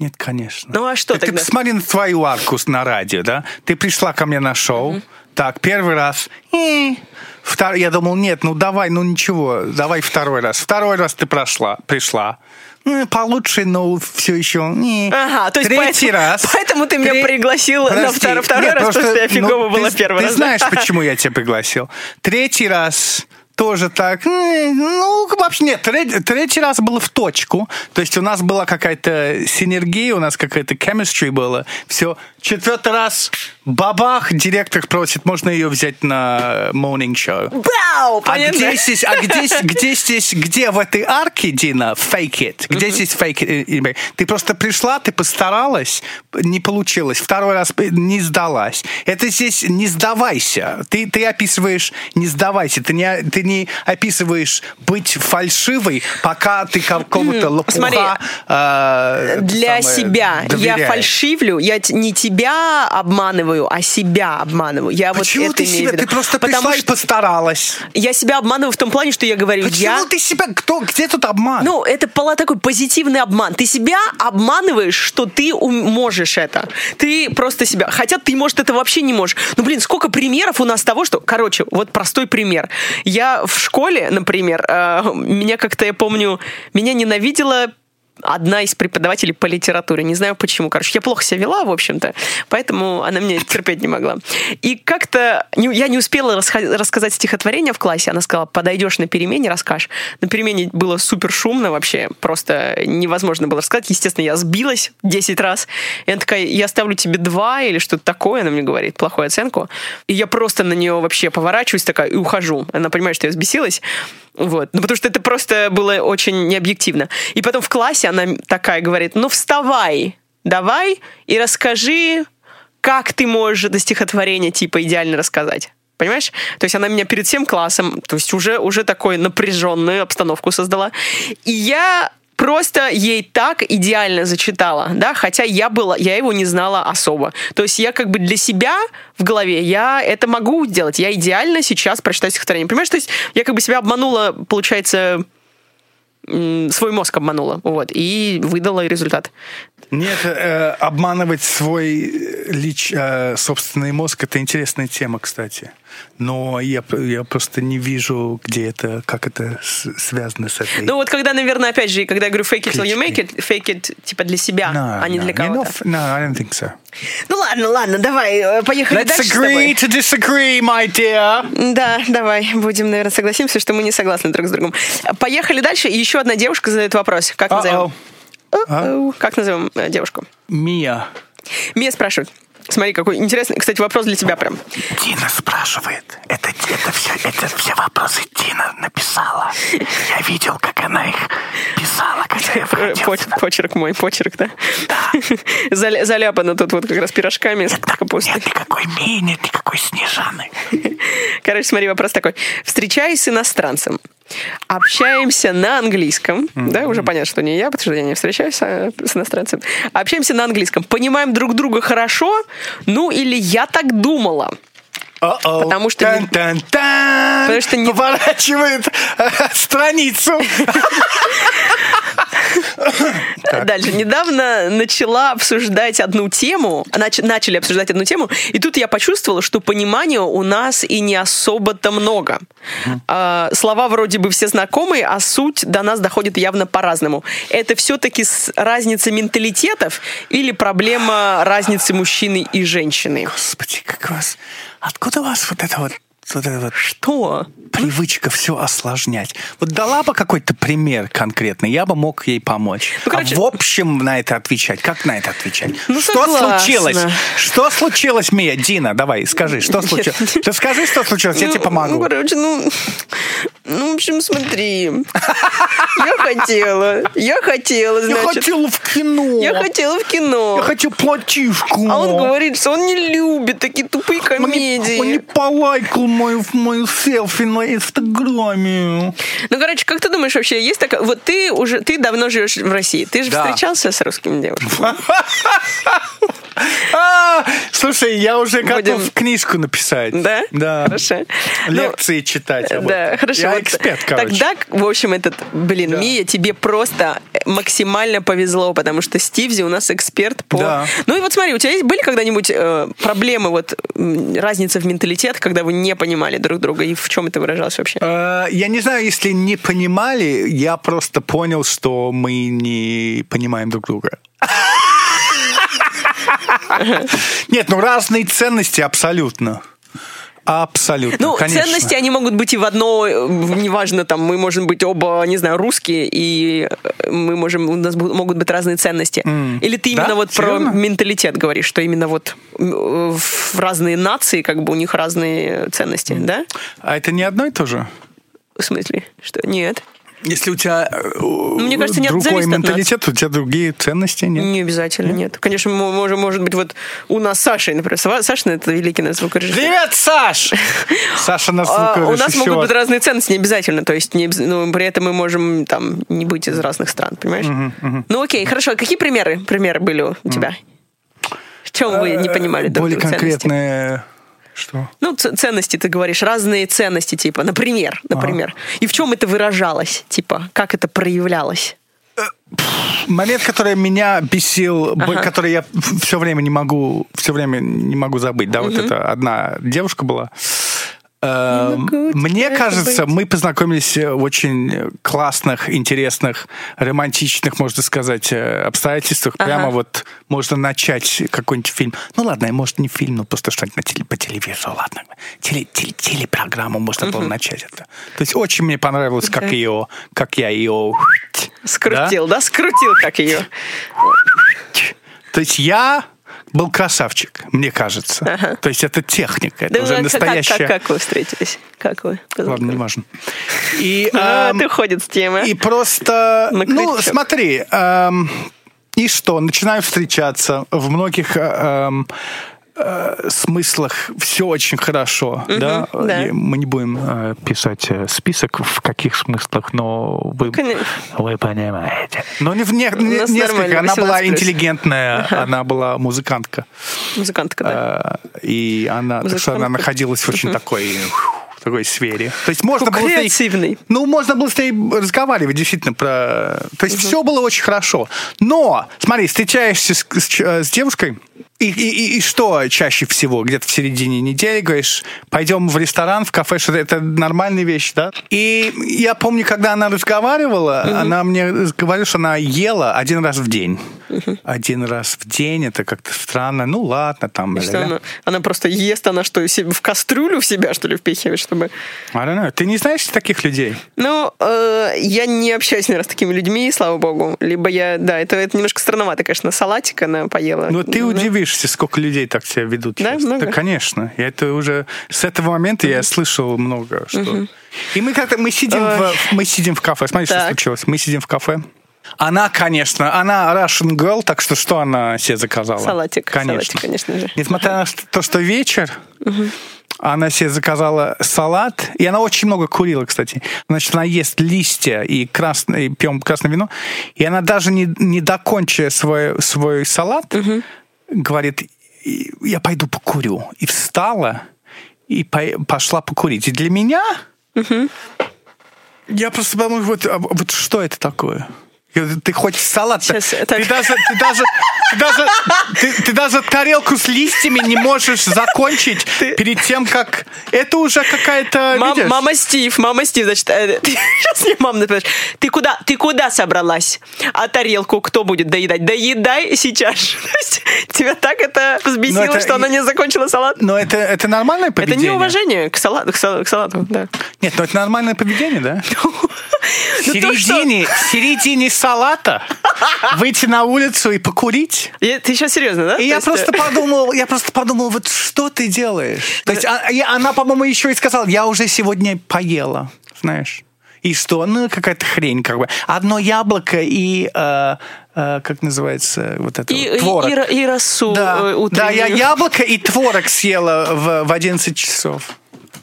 Нет, конечно. Ну, а что ты, тогда? Ты посмотри на твою арку на радио, да? Ты пришла ко мне на шоу. Mm-hmm. Так, первый раз. Втор... Я думал, нет, ну давай, ну ничего, давай второй раз. Второй раз ты прошла, пришла. Получше, но все еще. Ага, то есть третий поэтому, раз. Поэтому ты меня Тре... пригласил Подожди, на второй, второй нет, раз, потому что я фигово ну, была ты, первый ты раз. Ты знаешь, почему я тебя пригласил. Третий раз тоже так. Ну, вообще нет, третий, третий раз было в точку. То есть у нас была какая-то синергия, у нас какая-то chemistry была. Все. Четвертый раз бабах, директор просит, можно ее взять на morning show. Вау, а где здесь, а где, где здесь, где в этой арке, Дина, fake it? Где mm-hmm. здесь fake it? Ты просто пришла, ты постаралась, не получилось. Второй раз не сдалась. Это здесь не сдавайся. Ты, ты описываешь не сдавайся. Ты не, ты не описываешь быть фальшивой, пока ты какого-то лопуха э, для самое, себя. Доверяешь. Я фальшивлю, я не тебя тебя обманываю, а себя обманываю. Я Почему вот ты это себя? имею в виду. Ты просто Потому пришла что и постаралась. Я себя обманываю в том плане, что я говорю, Почему я... ты себя... Кто, где тут обман? Ну, это была такой позитивный обман. Ты себя обманываешь, что ты можешь это. Ты просто себя... Хотя ты, может, это вообще не можешь. Ну, блин, сколько примеров у нас того, что... Короче, вот простой пример. Я в школе, например, меня как-то, я помню, меня ненавидела одна из преподавателей по литературе. Не знаю почему. Короче, я плохо себя вела, в общем-то, поэтому она меня терпеть не могла. И как-то я не успела расха- рассказать стихотворение в классе. Она сказала, подойдешь на перемене, расскажешь. На перемене было супер шумно вообще. Просто невозможно было рассказать. Естественно, я сбилась десять раз. И она такая, я ставлю тебе два или что-то такое. Она мне говорит, плохую оценку. И я просто на нее вообще поворачиваюсь такая и ухожу. Она понимает, что я взбесилась. Вот. Ну, потому что это просто было очень необъективно. И потом в классе она такая говорит, ну, вставай, давай и расскажи, как ты можешь это стихотворение типа идеально рассказать. Понимаешь? То есть она меня перед всем классом, то есть уже, уже такую напряженную обстановку создала. И я просто ей так идеально зачитала, да, хотя я была, я его не знала особо. То есть я как бы для себя в голове, я это могу сделать. Я идеально сейчас прочитаю стихотворение. Понимаешь? То есть я как бы себя обманула, получается, свой мозг обманула, вот, и выдала результат. Нет, э, обманывать свой лич, э, собственный мозг — это интересная тема, кстати. Но я, я просто не вижу, где это, как это с, связано с этой. Ну вот когда, наверное, опять же, когда я говорю fake it till you make it, fake it типа для себя, no, а не no, для кого-то. No, no, I don't think so. Ну ладно, ладно, давай, поехали Let's дальше с agree to disagree, my dear. Да, давай, будем, наверное, согласимся, что мы не согласны друг с другом. Поехали дальше, и еще одна девушка задает вопрос. Как назовем? Uh-oh. Как назовем девушку? Мия. Мия спрашивает. Смотри, какой интересный, кстати, вопрос для тебя прям. Дина спрашивает. Это, это, все, это все вопросы Дина написала. Я видел, как она их писала, когда я входил. Почерк, почерк мой, почерк, да? Да. Заля, заляпано тут вот как раз пирожками с капустой. Нет никакой Мии, нет никакой Снежаны. Короче, смотри, вопрос такой. Встречаюсь с иностранцем. Общаемся на английском. Mm-hmm. Да, уже понятно, что не я, потому что я не встречаюсь с иностранцем. Общаемся на английском. Понимаем друг друга хорошо. Ну, или я так думала. Uh-oh. Потому что... Тан-тан-тан! Потому что не... Поворачивает страницу. Дальше. Недавно начала обсуждать одну тему, нач- начали обсуждать одну тему, и тут я почувствовала, что понимания у нас и не особо-то много. Mm-hmm. А, слова вроде бы все знакомые, а суть до нас доходит явно по-разному. Это все-таки разница менталитетов или проблема разницы мужчины и женщины? Господи, как у вас... Откуда у вас вот это вот... Вот это вот что? Привычка все осложнять. Вот дала бы какой-то пример конкретный, я бы мог ей помочь. Ну, короче... А в общем на это отвечать, как на это отвечать? Ну, что согласна. случилось? Что случилось, Мия? Дина, давай, скажи, что случилось? Ты скажи, что случилось, я ну, тебе помогу. Ну, короче, ну... Ну, в общем, смотри. Я хотела. Я хотела, значит. Я хотела в кино. Я хотела в кино. Я хочу платьишку. А он говорит, что он не любит такие тупые комедии. Он не, он не полайкал мою, мою селфи на Инстаграме. Ну, короче, как ты думаешь вообще, есть такая... Вот ты уже... Ты давно живешь в России. Ты же да. встречался с русскими девушками? А, слушай, я уже готов Будем- книжку написать. Да? Да. Хорошо. Лекции читать об Да, этом. хорошо. Я Вот эксперт, короче. Тогда, в общем, этот, блин, Да. Мия, тебе просто максимально повезло, потому что Стивзи у нас эксперт по... Да. Ну и вот смотри, у тебя есть, были когда-нибудь э, проблемы, вот м, разница в менталитет, когда вы не понимали друг друга, и в чем это выражалось вообще? Э, Я не знаю, если не понимали, я просто понял, что мы не понимаем друг друга. Нет, ну разные ценности абсолютно. Абсолютно, Ну, конечно. ценности, они могут быть и в одно, э, неважно, там, мы можем быть оба, не знаю, русские, и мы можем, у нас бу- могут быть разные ценности. Или ты именно Да? вот Серьезно? про менталитет говоришь, что именно вот м, в разные нации, как бы у них разные ценности, да? А это не одно и то же? В смысле? Что? Нет. Если у тебя э, мне кажется, нет, другой зависит от нас. менталитет, у тебя другие ценности, нет? Не обязательно, нет. Конечно, мо- может, может быть, вот у нас с Сашей, например, Са- Саша, это великий наш звукорежиссер. Привет, Саш! Саша нас А, у нас звукорежиссер. могут быть разные ценности, не обязательно. То есть не, обяз- ну, при этом мы можем там не быть из разных стран, понимаешь? Ну окей, хорошо. Какие примеры, примеры были у тебя? В чем вы не понимали друг Более друга ценности? конкретные... Что? Ну, ц- ценности, ты говоришь, разные ценности, типа, например, например. И в чем это выражалось, типа, как это проявлялось? Момент, который меня бесил, бо- Ага. который я все время не могу, все время не могу забыть. Да, вот это одна девушка была. Э, могу Мне тебя кажется, забыть. мы познакомились в очень классных, интересных, романтичных, можно сказать, э, обстоятельствах. Ага. Прямо вот можно начать какой-нибудь фильм. Ну ладно, может не фильм, но просто что-нибудь на теле, по телевизору, ладно. Теле, теле- телепрограмму можно было начать это. То есть очень мне понравилось, как Окей. ее, как я ее... Скрутил, да? Скрутил, как ее. То есть я был красавчик, мне кажется. То есть это техника, это Да, уже ну, а как, настоящая... как, как вы встретились? Как вы? Ладно, не важно. И, А, эм, ты ходит с темы. и просто... На Ну, крючок. смотри, эм, и что? Начинаю встречаться в многих... эм, э, смыслах все очень хорошо, да? да. И мы не будем э, писать э, список в каких смыслах, но вы, Конечно. вы понимаете. Но не в не, не- нас несколько. нормально, Она была восемнадцать плюс. интеллигентная, она была музыкантка. Музыкантка, да. Э, И она, так что она Музыкантка. находилась в очень такой, в такой сфере. То есть можно было с ней, Креативный. ну, можно было с ней разговаривать действительно про... То есть все было очень хорошо. Но, смотри, встречаешься с, с ч- с девушкой, и, и, и- и что чаще всего? Где-то в середине недели говоришь, пойдем в ресторан, в кафе, что это нормальная вещь, да? И я помню, когда она разговаривала, она мне говорила, что она ела один раз в день. Один раз в день, это как-то странно. Ну, ладно, там... И что ля-ля-ля. она, она просто ест, она что, себе в кастрюлю в себя, что ли, впихивает, чтобы... I don't know. Ты не знаешь таких людей? Ну, э, я не общаюсь, наверное, с такими людьми, слава богу. Либо я, да, это, это немножко странновато, конечно, салатик она поела. Но ты Ну, удивишься, сколько людей так себя ведут. Да, сейчас. много? Да, конечно. Я это уже с этого момента я слышал много что. И мы как-то мы сидим в мы сидим в кафе. Смотри, что Так. случилось. Мы сидим в кафе. Она, конечно, она Russian girl, так что что она себе заказала? Салатик, Конечно. салатик, конечно же. Несмотря на то, что вечер, она себе заказала салат, и она очень много курила, кстати. Значит, она ест листья и, красное, и пьем красное вино, и она даже не, не докончив свой, свой салат, говорит, я пойду покурю. И встала, и по- пошла покурить. И для меня, я просто подумал, вот, а вот что это такое? И вот ты хоть салат, ты, Сейчас, так. даже, ты, даже, ты, даже, ты, ты даже тарелку с листьями не можешь закончить перед тем, как... Это уже какая-то... Мам- видишь? мама Стив, мама Стив, значит, э, ты, сейчас мне мама напишет, ты куда, ты куда собралась? А тарелку кто будет доедать? Доедай сейчас же. То есть тебя так это взбесило, это что и- она не закончила салат? Но это, это нормальное Это поведение? неуважение к салату, к салату, к салату, да. Нет, ну это нормальное поведение, да? В Ну, то, что- середине, в середине салата выйти на улицу и покурить. И Ты сейчас серьезно, да? И То я есть, просто э, подумал, я просто подумал, вот что ты делаешь? То есть а- и она, по-моему, еще и сказала, я уже сегодня поела, знаешь. И что? Ну, какая-то хрень, как бы. Одно яблоко и, э, э, как называется, вот это И, вот, творог. и, и, и росу да, э, да, я утреннюю. яблоко и творог съела в, в одиннадцать часов.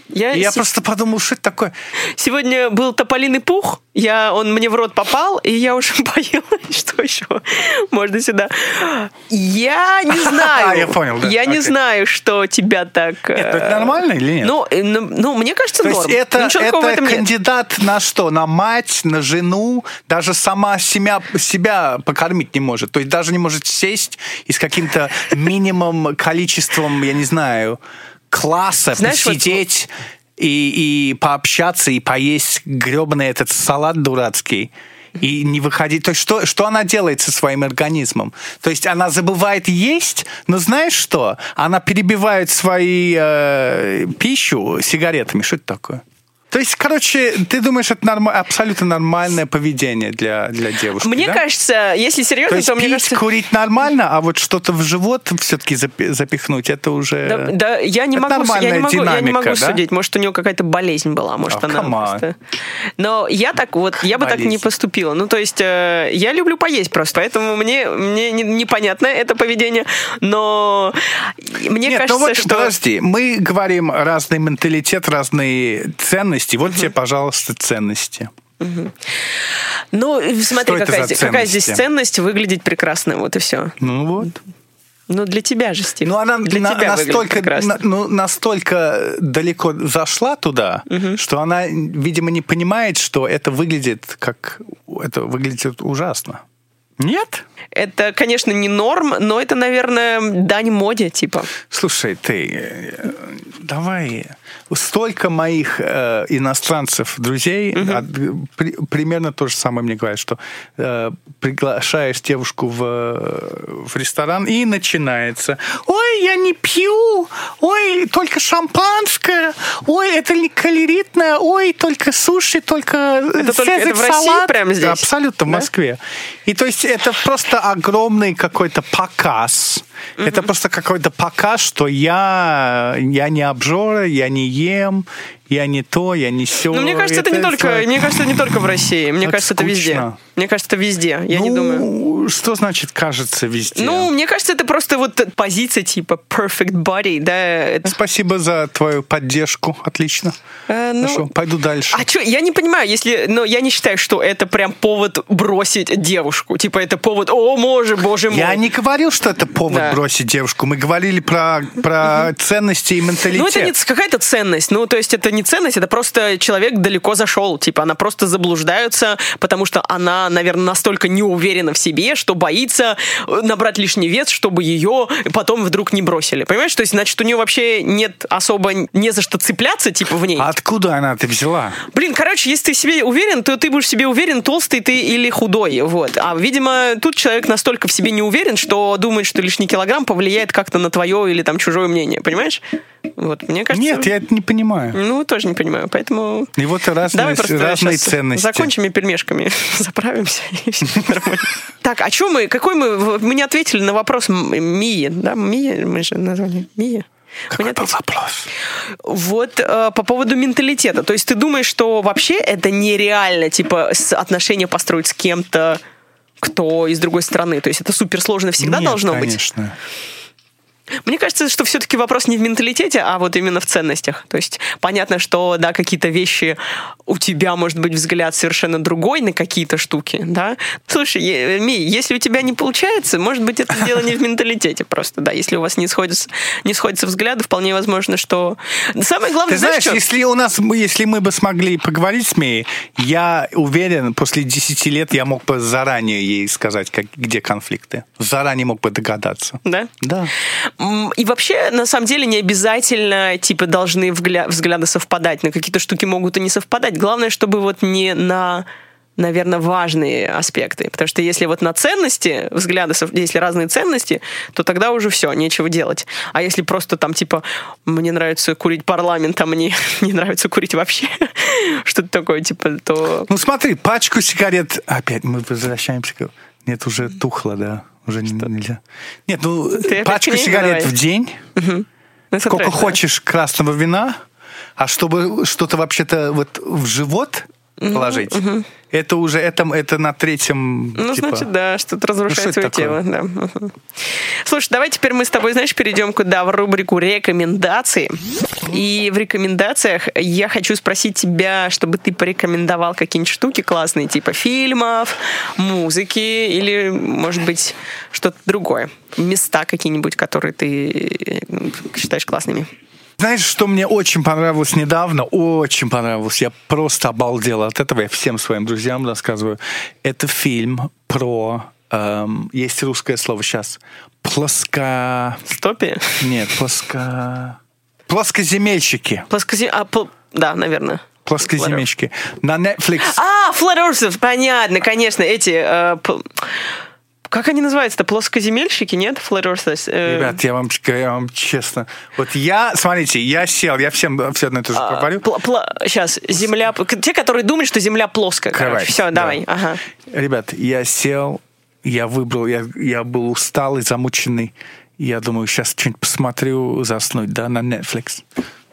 Я, И я с... просто подумал, что это такое? Сегодня был тополиный пух, я, он мне в рот попал, и я уже боялась, что еще можно сюда. Я не знаю. Я понял, да. Я не Окей. знаю, что тебя так... Нет, это нормально или нет? Ну, э, ну, ну, мне кажется, То норм. есть это, Ну, ничего такого в это этом нет. кандидат на что? На мать, на жену? Даже сама себя, себя покормить не может. То есть даже не может сесть и с каким-то минимум количеством, я не знаю, класса Знаешь, посидеть и, и пообщаться, и поесть гребаный этот салат дурацкий. И не выходить. То есть что, что она делает со своим организмом? То есть она забывает есть, но знаешь что? Она перебивает свои э, пищу сигаретами. Что это такое? То есть, короче, ты думаешь, это норм... абсолютно нормальное поведение для, для девушки, Мне да? кажется, если серьезно, То есть то мне пить, кажется... курить нормально, а вот что-то в живот все-таки запи- запихнуть, это уже... Да, да, я не Это могу, с- я не нормальная могу, я не динамика, могу да? судить. Может, у нее какая-то болезнь была, может, Oh, она come on. просто... Но я так вот, я бы так не Болезнь. поступила. Ну, то есть, э, я люблю поесть просто, поэтому мне, мне не- непонятно это поведение, но мне Нет, кажется, ну вот, что... подожди, мы говорим разный менталитет, разные ценности. Вот тебе, пожалуйста, ценности. Ну, смотри, Что это какая, за здесь- какая здесь ценности? ценность выглядеть прекрасно, вот и все. Ну вот. Ну, для тебя же, Стив. Ну, она для на- тебя выглядит настолько, прекрасно. на- ну, настолько далеко зашла туда, что она, видимо, не понимает, что это выглядит как... Это выглядит ужасно. Нет? Это, конечно, не норм, но это, наверное, дань моде, типа. Слушай, ты, э, давай... Столько моих э, иностранцев, друзей, Мгм. от- при- примерно то же самое мне говорят, что э, приглашаешь девушку в, э, в ресторан, и начинается: ой, я не пью, ой, только шампанское, ой, это не калоритное, ой, только суши, только Это только- это в России салат. прямо здесь? Да, абсолютно, в Да? Москве. И то есть это просто огромный какой-то показ. Это просто какой-то показ, что я, я не обжора, я не ем, я не то, я не сё. Ну, мне кажется, это, не только, мне кажется, это не только в России. Мне Это кажется, это везде. скучно. Мне кажется, это везде. Я ну, не думаю. Что значит кажется везде? Ну, мне кажется, это просто вот позиция типа perfect body, да. это- Спасибо за твою поддержку. Отлично. Э, ну, Хорошо, пойду дальше. А что, я не понимаю, если, но я не считаю, что это прям повод бросить девушку. Типа это повод, о, боже, боже мой. Я не говорил, что это повод Да. бросить девушку. Мы говорили про, про ценности и менталитет. Ну, это не ц- какая-то ценность. Ну, то есть это не ценность, это просто человек далеко зашел. Типа она просто заблуждается, потому что она, наверное, настолько не уверена в себе, что боится набрать лишний вес, чтобы ее потом вдруг не бросили. Понимаешь? То есть, значит, у нее вообще нет особо не за что цепляться, типа, в ней. А откуда она это взяла? Блин, короче, если ты в себе уверен, то ты будешь в себе уверен, толстый ты или худой. Вот. А, видимо, тут человек настолько в себе не уверен, что думает, что лишний килограмм повлияет как-то на твое или там чужое мнение. Понимаешь? Вот, мне кажется... Нет, я это не понимаю. Ну, тоже не понимаю, поэтому... И вот и разные, Давай просто разные щас ценности. закончим и пельмешками заправимся, и все нормально. Так, а что мы, какой мы... Мы не ответили на вопрос М- Мии, да? Мия мы же назвали. Мия. Мы не Какой был ответили. вопрос? Вот э, по поводу менталитета. То есть ты думаешь, что вообще это нереально, типа, с- отношения построить с кем-то, кто из другой страны? То есть это суперсложно всегда Нет, должно быть? конечно. Мне кажется, что все-таки вопрос не в менталитете, а вот именно в ценностях. То есть понятно, что, да, какие-то вещи у тебя, может быть, взгляд совершенно другой на какие-то штуки, да. Слушай, е- Ми, если у тебя не получается, может быть, это дело не в менталитете просто, да. Если у вас не сходятся, не сходятся взгляды, вполне возможно, что... Самое главное, Ты знаешь, что? если у нас, если мы бы смогли поговорить с Мией, я уверен, после десяти лет я мог бы заранее ей сказать, как, где конфликты. Заранее мог бы догадаться. Да? Да. М, И вообще, на самом деле, не обязательно, типа, должны вгля- взгляды совпадать. На какие-то штуки могут и не совпадать. Главное, чтобы вот не на, наверное, важные аспекты. Потому что если вот на ценности взгляды, сов- если разные ценности, то тогда уже все, нечего делать. А если просто там, типа, мне нравится курить парламент, а мне не нравится курить вообще, что-то такое, типа, то... Ну смотри, пачку сигарет... Опять мы возвращаемся к... Нет, уже тухло, да. Уже не- нельзя. Нет, ну Ты опять пачку к ней? сигарет Давай. в день, Ну, это сколько трэш, да. хочешь красного вина, а чтобы что-то вообще-то вот в живот положить. Угу. Это уже это, это на третьем. Ну, типа... значит, да, что-то разрушает ну, что свое тело. Да. Угу. Слушай, давай теперь мы с тобой, знаешь, перейдем куда? В рубрику рекомендации. И в рекомендациях я хочу спросить тебя, чтобы ты порекомендовал какие-нибудь штуки классные, типа фильмов, музыки или, может быть, что-то другое. Места какие-нибудь, которые ты считаешь классными. Знаешь, что мне очень понравилось недавно? Очень понравилось. Я просто обалдел от этого. Я всем своим друзьям рассказываю. Это фильм про... Эм, есть русское слово сейчас. Плоско... Стопи? Нет, плоско... Плоскоземельщики. Плоскозем... А, пл... Да, наверное. Плоскоземельщики. На Netflix. А, Flat Earthers, понятно, конечно. Эти... Э, пл... Как они называются-то? Плоскоземельщики, нет? Flat Earthers? Ребят, я вам, я вам честно... Вот я, смотрите, я сел, я всем все одно это же говорю. Пл- пл- сейчас, Земля... Те, которые думают, что Земля плоская. Короче. Все, да. Давай. Ага. Ребят, я сел, я выбрал, я, я был усталый, замученный. Я думаю, сейчас что-нибудь посмотрю, заснуть, да, на Netflix.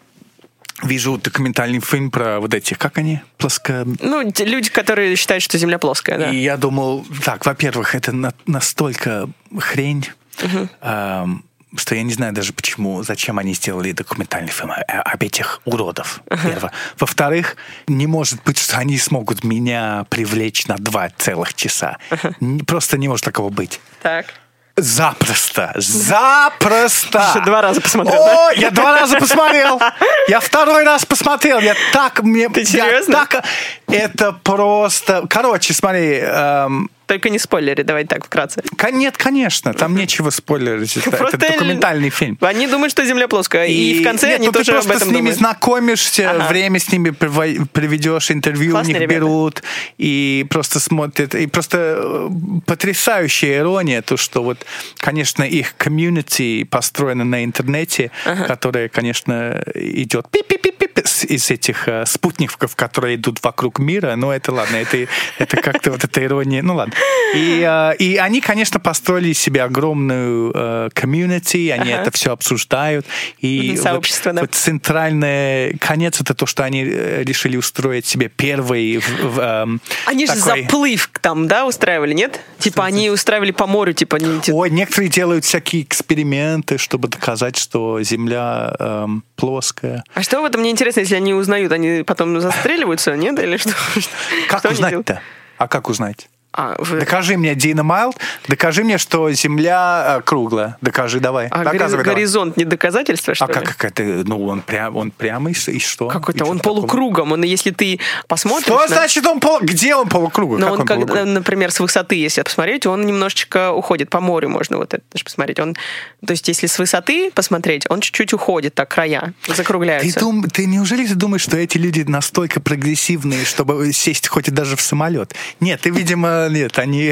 Вижу документальный фильм про вот этих, как они, плоско... Ну, люди, которые считают, что Земля плоская, да. И я думал, так, во-первых, это на- настолько хрень, uh-huh. эм, что я не знаю даже почему, зачем они сделали документальный фильм об этих уродов. Uh-huh. Во-вторых, не может быть, что они смогут меня привлечь на два целых часа. Uh-huh. Просто не может такого быть. Так. Запросто, запросто. Ты два раза посмотрел, О, да? я два раза посмотрел. Я второй раз посмотрел. Я так мне. Ты серьезно? Я так, это просто. Короче, смотри. Эм, Только не спойлери, давай так вкратце. Нет, конечно, там нечего спойлерить. Это, это документальный фильм. Они думают, что Земля плоская, и, и в конце нет, они тоже об этом думают. Ты просто с ними знакомишься, ага. время с ними приведешь, интервью Классные у них ребята. берут, и просто смотрят. И просто потрясающая ирония, то, что вот, конечно, их комьюнити построено на интернете, ага. которое, конечно, идет пип-пип-пип из этих uh, спутников, которые идут вокруг мира. Но это ладно, это, это как-то вот эта ирония. Ну ладно. И, uh, и они, конечно, построили себе огромную комьюнити, uh, они ага. это все обсуждают. И сообщество, вот, да. Вот центральный конец это то, что они решили устроить себе первый... В, в, um, они же такой... заплыв там, да, устраивали, нет? Типа что они это? Устраивали по морю, типа... Они... Ой, некоторые делают всякие эксперименты, чтобы доказать, что Земля эм, плоская. А что в этом мне интересно, если они узнают, они потом застреливаются, нет? Или что? Как что узнать-то? А как узнать? А, вы... Докажи мне, Дина Майл, докажи мне, что Земля э, круглая. Докажи, давай. А Доказывай, горизонт давай. Не доказательство, что а ли? А как это? Ну, он, прям, он прямо и, и что? Как это? И Он что полукругом. Он, если ты посмотришь... Что на... значит он пол... Где он полукругом? Но как он, он как, полукругом? например, с высоты, если посмотреть, он немножечко уходит. По морю можно вот это даже посмотреть. Он, то есть, если с высоты посмотреть, он чуть-чуть уходит, так, края закругляются. Ты, дум... ты неужели ты думаешь, что эти люди настолько прогрессивные, чтобы сесть хоть и даже в самолет? Нет, ты, видимо, нет, они...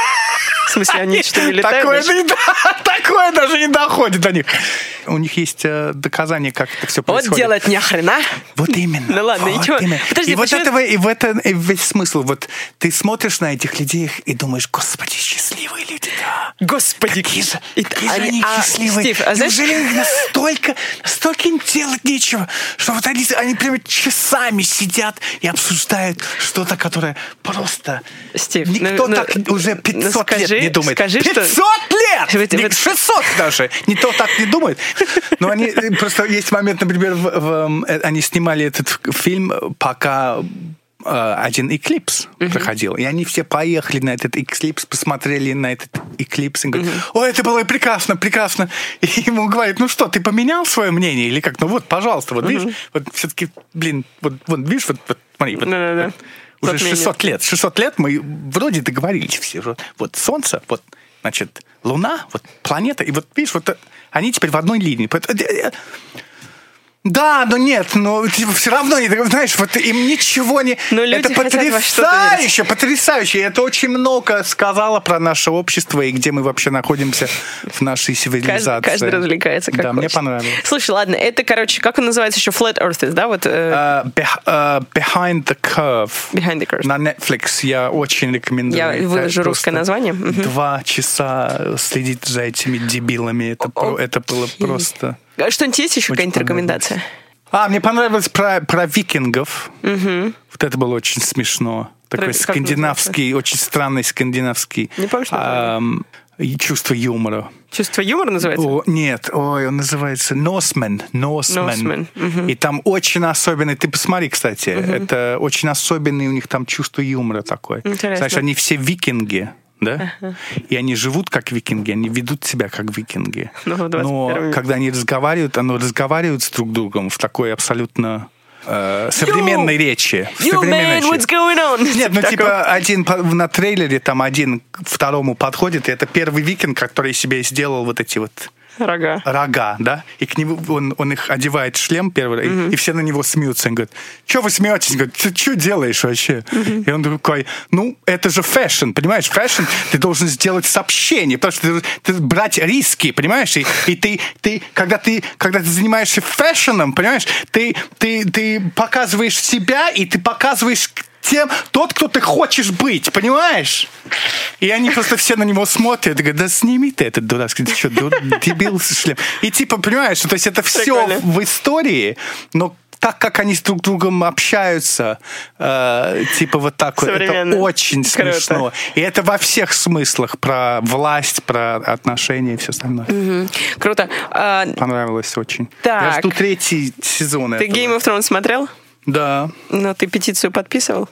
В смысле, они что, не летают? Такое, да, такое даже не доходит до них. У них есть э, доказание, как это все происходит. Вот делать ни хрена. Вот именно. Ну ладно, вот ничего. Именно. Подожди, и вот почему... этого, и в это и весь смысл. Вот ты смотришь на этих людей и думаешь, господи, счастливые люди, да. Господи, какие же, и... какие же они, они а, счастливые. Стив, а знаешь... Неужели им настолько, настолько им делать нечего, что вот они, они прямо часами сидят и обсуждают что-то, которое просто Стив, никто ну, так ну, уже пятьсот ну, скажи, лет не думает. Скажи, пятьсот что... лет! Вы, Не, шестьсот даже! Никто так не думает. Но они просто есть момент, например, в, в, они снимали этот фильм, пока один эклипс uh-huh. проходил. И они все поехали на этот эклипс, посмотрели на этот эклипс и говорят, uh-huh. ой, это было прекрасно, прекрасно. И ему говорят, ну что, ты поменял свое мнение? Или как? Ну вот, пожалуйста, вот uh-huh. видишь, вот все-таки, блин, вот, вот видишь, вот, вот смотри, вот, uh-huh. вот уже шестьсот лет. шестьсот лет мы вроде договорились все. Вот Солнце, вот, значит, Луна, вот планета, и вот видишь, вот они теперь в одной линии. Да, но нет, но типа, все равно, знаешь, вот им ничего не... Это потрясающе, потрясающе. И это очень много сказала про наше общество и где мы вообще находимся в нашей цивилизации. Каждый, каждый развлекается как Да, хочет. мне понравилось. Слушай, ладно, это, короче, как он называется еще? Flat Earthers, да? Вот, э... uh, be, uh, Behind the Curve. Behind the Curve. На Netflix я очень рекомендую. Я это выложу русское название. Два часа следить за этими дебилами. Это, О- это было просто... Что-нибудь есть еще какая-нибудь рекомендация? А, мне понравилось про, про викингов. Угу. Вот это было очень смешно. Такой Про- скандинавский, очень странный скандинавский Не помню, что а, и чувство юмора. Чувство юмора называется? О, нет, ой, он называется Norseman. Norseman. Norseman, мгм. И там очень особенный, ты посмотри, кстати, это очень особенный у них там чувство юмора такое. Интересно. Знаешь, они все викинги, да? И они живут как викинги, они ведут себя как викинги. Ну, в двадцать Но первом веке. когда они разговаривают, они разговаривают с друг другом в такой абсолютно э, современной Yo! речи. В You современной man, речи. what's going on? Нет, ну Такое. типа один по- на трейлере там один к второму подходит, и это первый викинг, который себе сделал вот эти вот Рога. рога, да, и к нему он, он их одевает в шлем первый, и, и все на него смеются. Он говорит, что вы смеетесь? Он говорит, ты что делаешь вообще? И он такой, ну, это же фэшн, понимаешь, фэшн, ты должен сделать сообщение, потому что ты, ты брать риски, понимаешь, и, и ты, ты, когда ты, когда ты занимаешься фэшном, понимаешь, ты, ты, ты показываешь себя, и ты показываешь тем, тот, кто ты хочешь быть, понимаешь? И они просто все на него смотрят и говорят, да сними ты этот дурацкий, ты что, дебил с шлем. И типа, понимаешь, то есть это все Прикольно. в истории, но так как они с друг другом общаются, э, типа вот так вот, это Современно. очень Круто. смешно. И это во всех смыслах, про власть, про отношения и все остальное. Круто. А, Понравилось очень. Так. Я жду третий сезон ты этого. Game of Thrones смотрел? Да. Ну, ты петицию подписывал?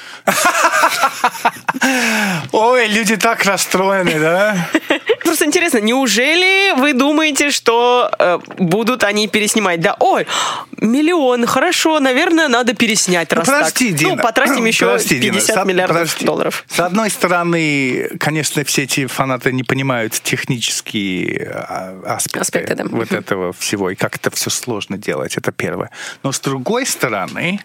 Ой, люди так расстроены, да? Просто интересно, неужели вы думаете, что э, будут они переснимать? Да, ой, миллион, хорошо, наверное, надо переснять, раз Ну, подожди, так. Дина. Ну, потратим еще Подожди, Дина. пятьдесят С од- миллиардов подожди. долларов. С одной стороны, конечно, все эти фанаты не понимают технические а, аспекты, Аспекты, да. вот Мгм. этого всего, и как это все сложно делать, это первое. Но с другой стороны,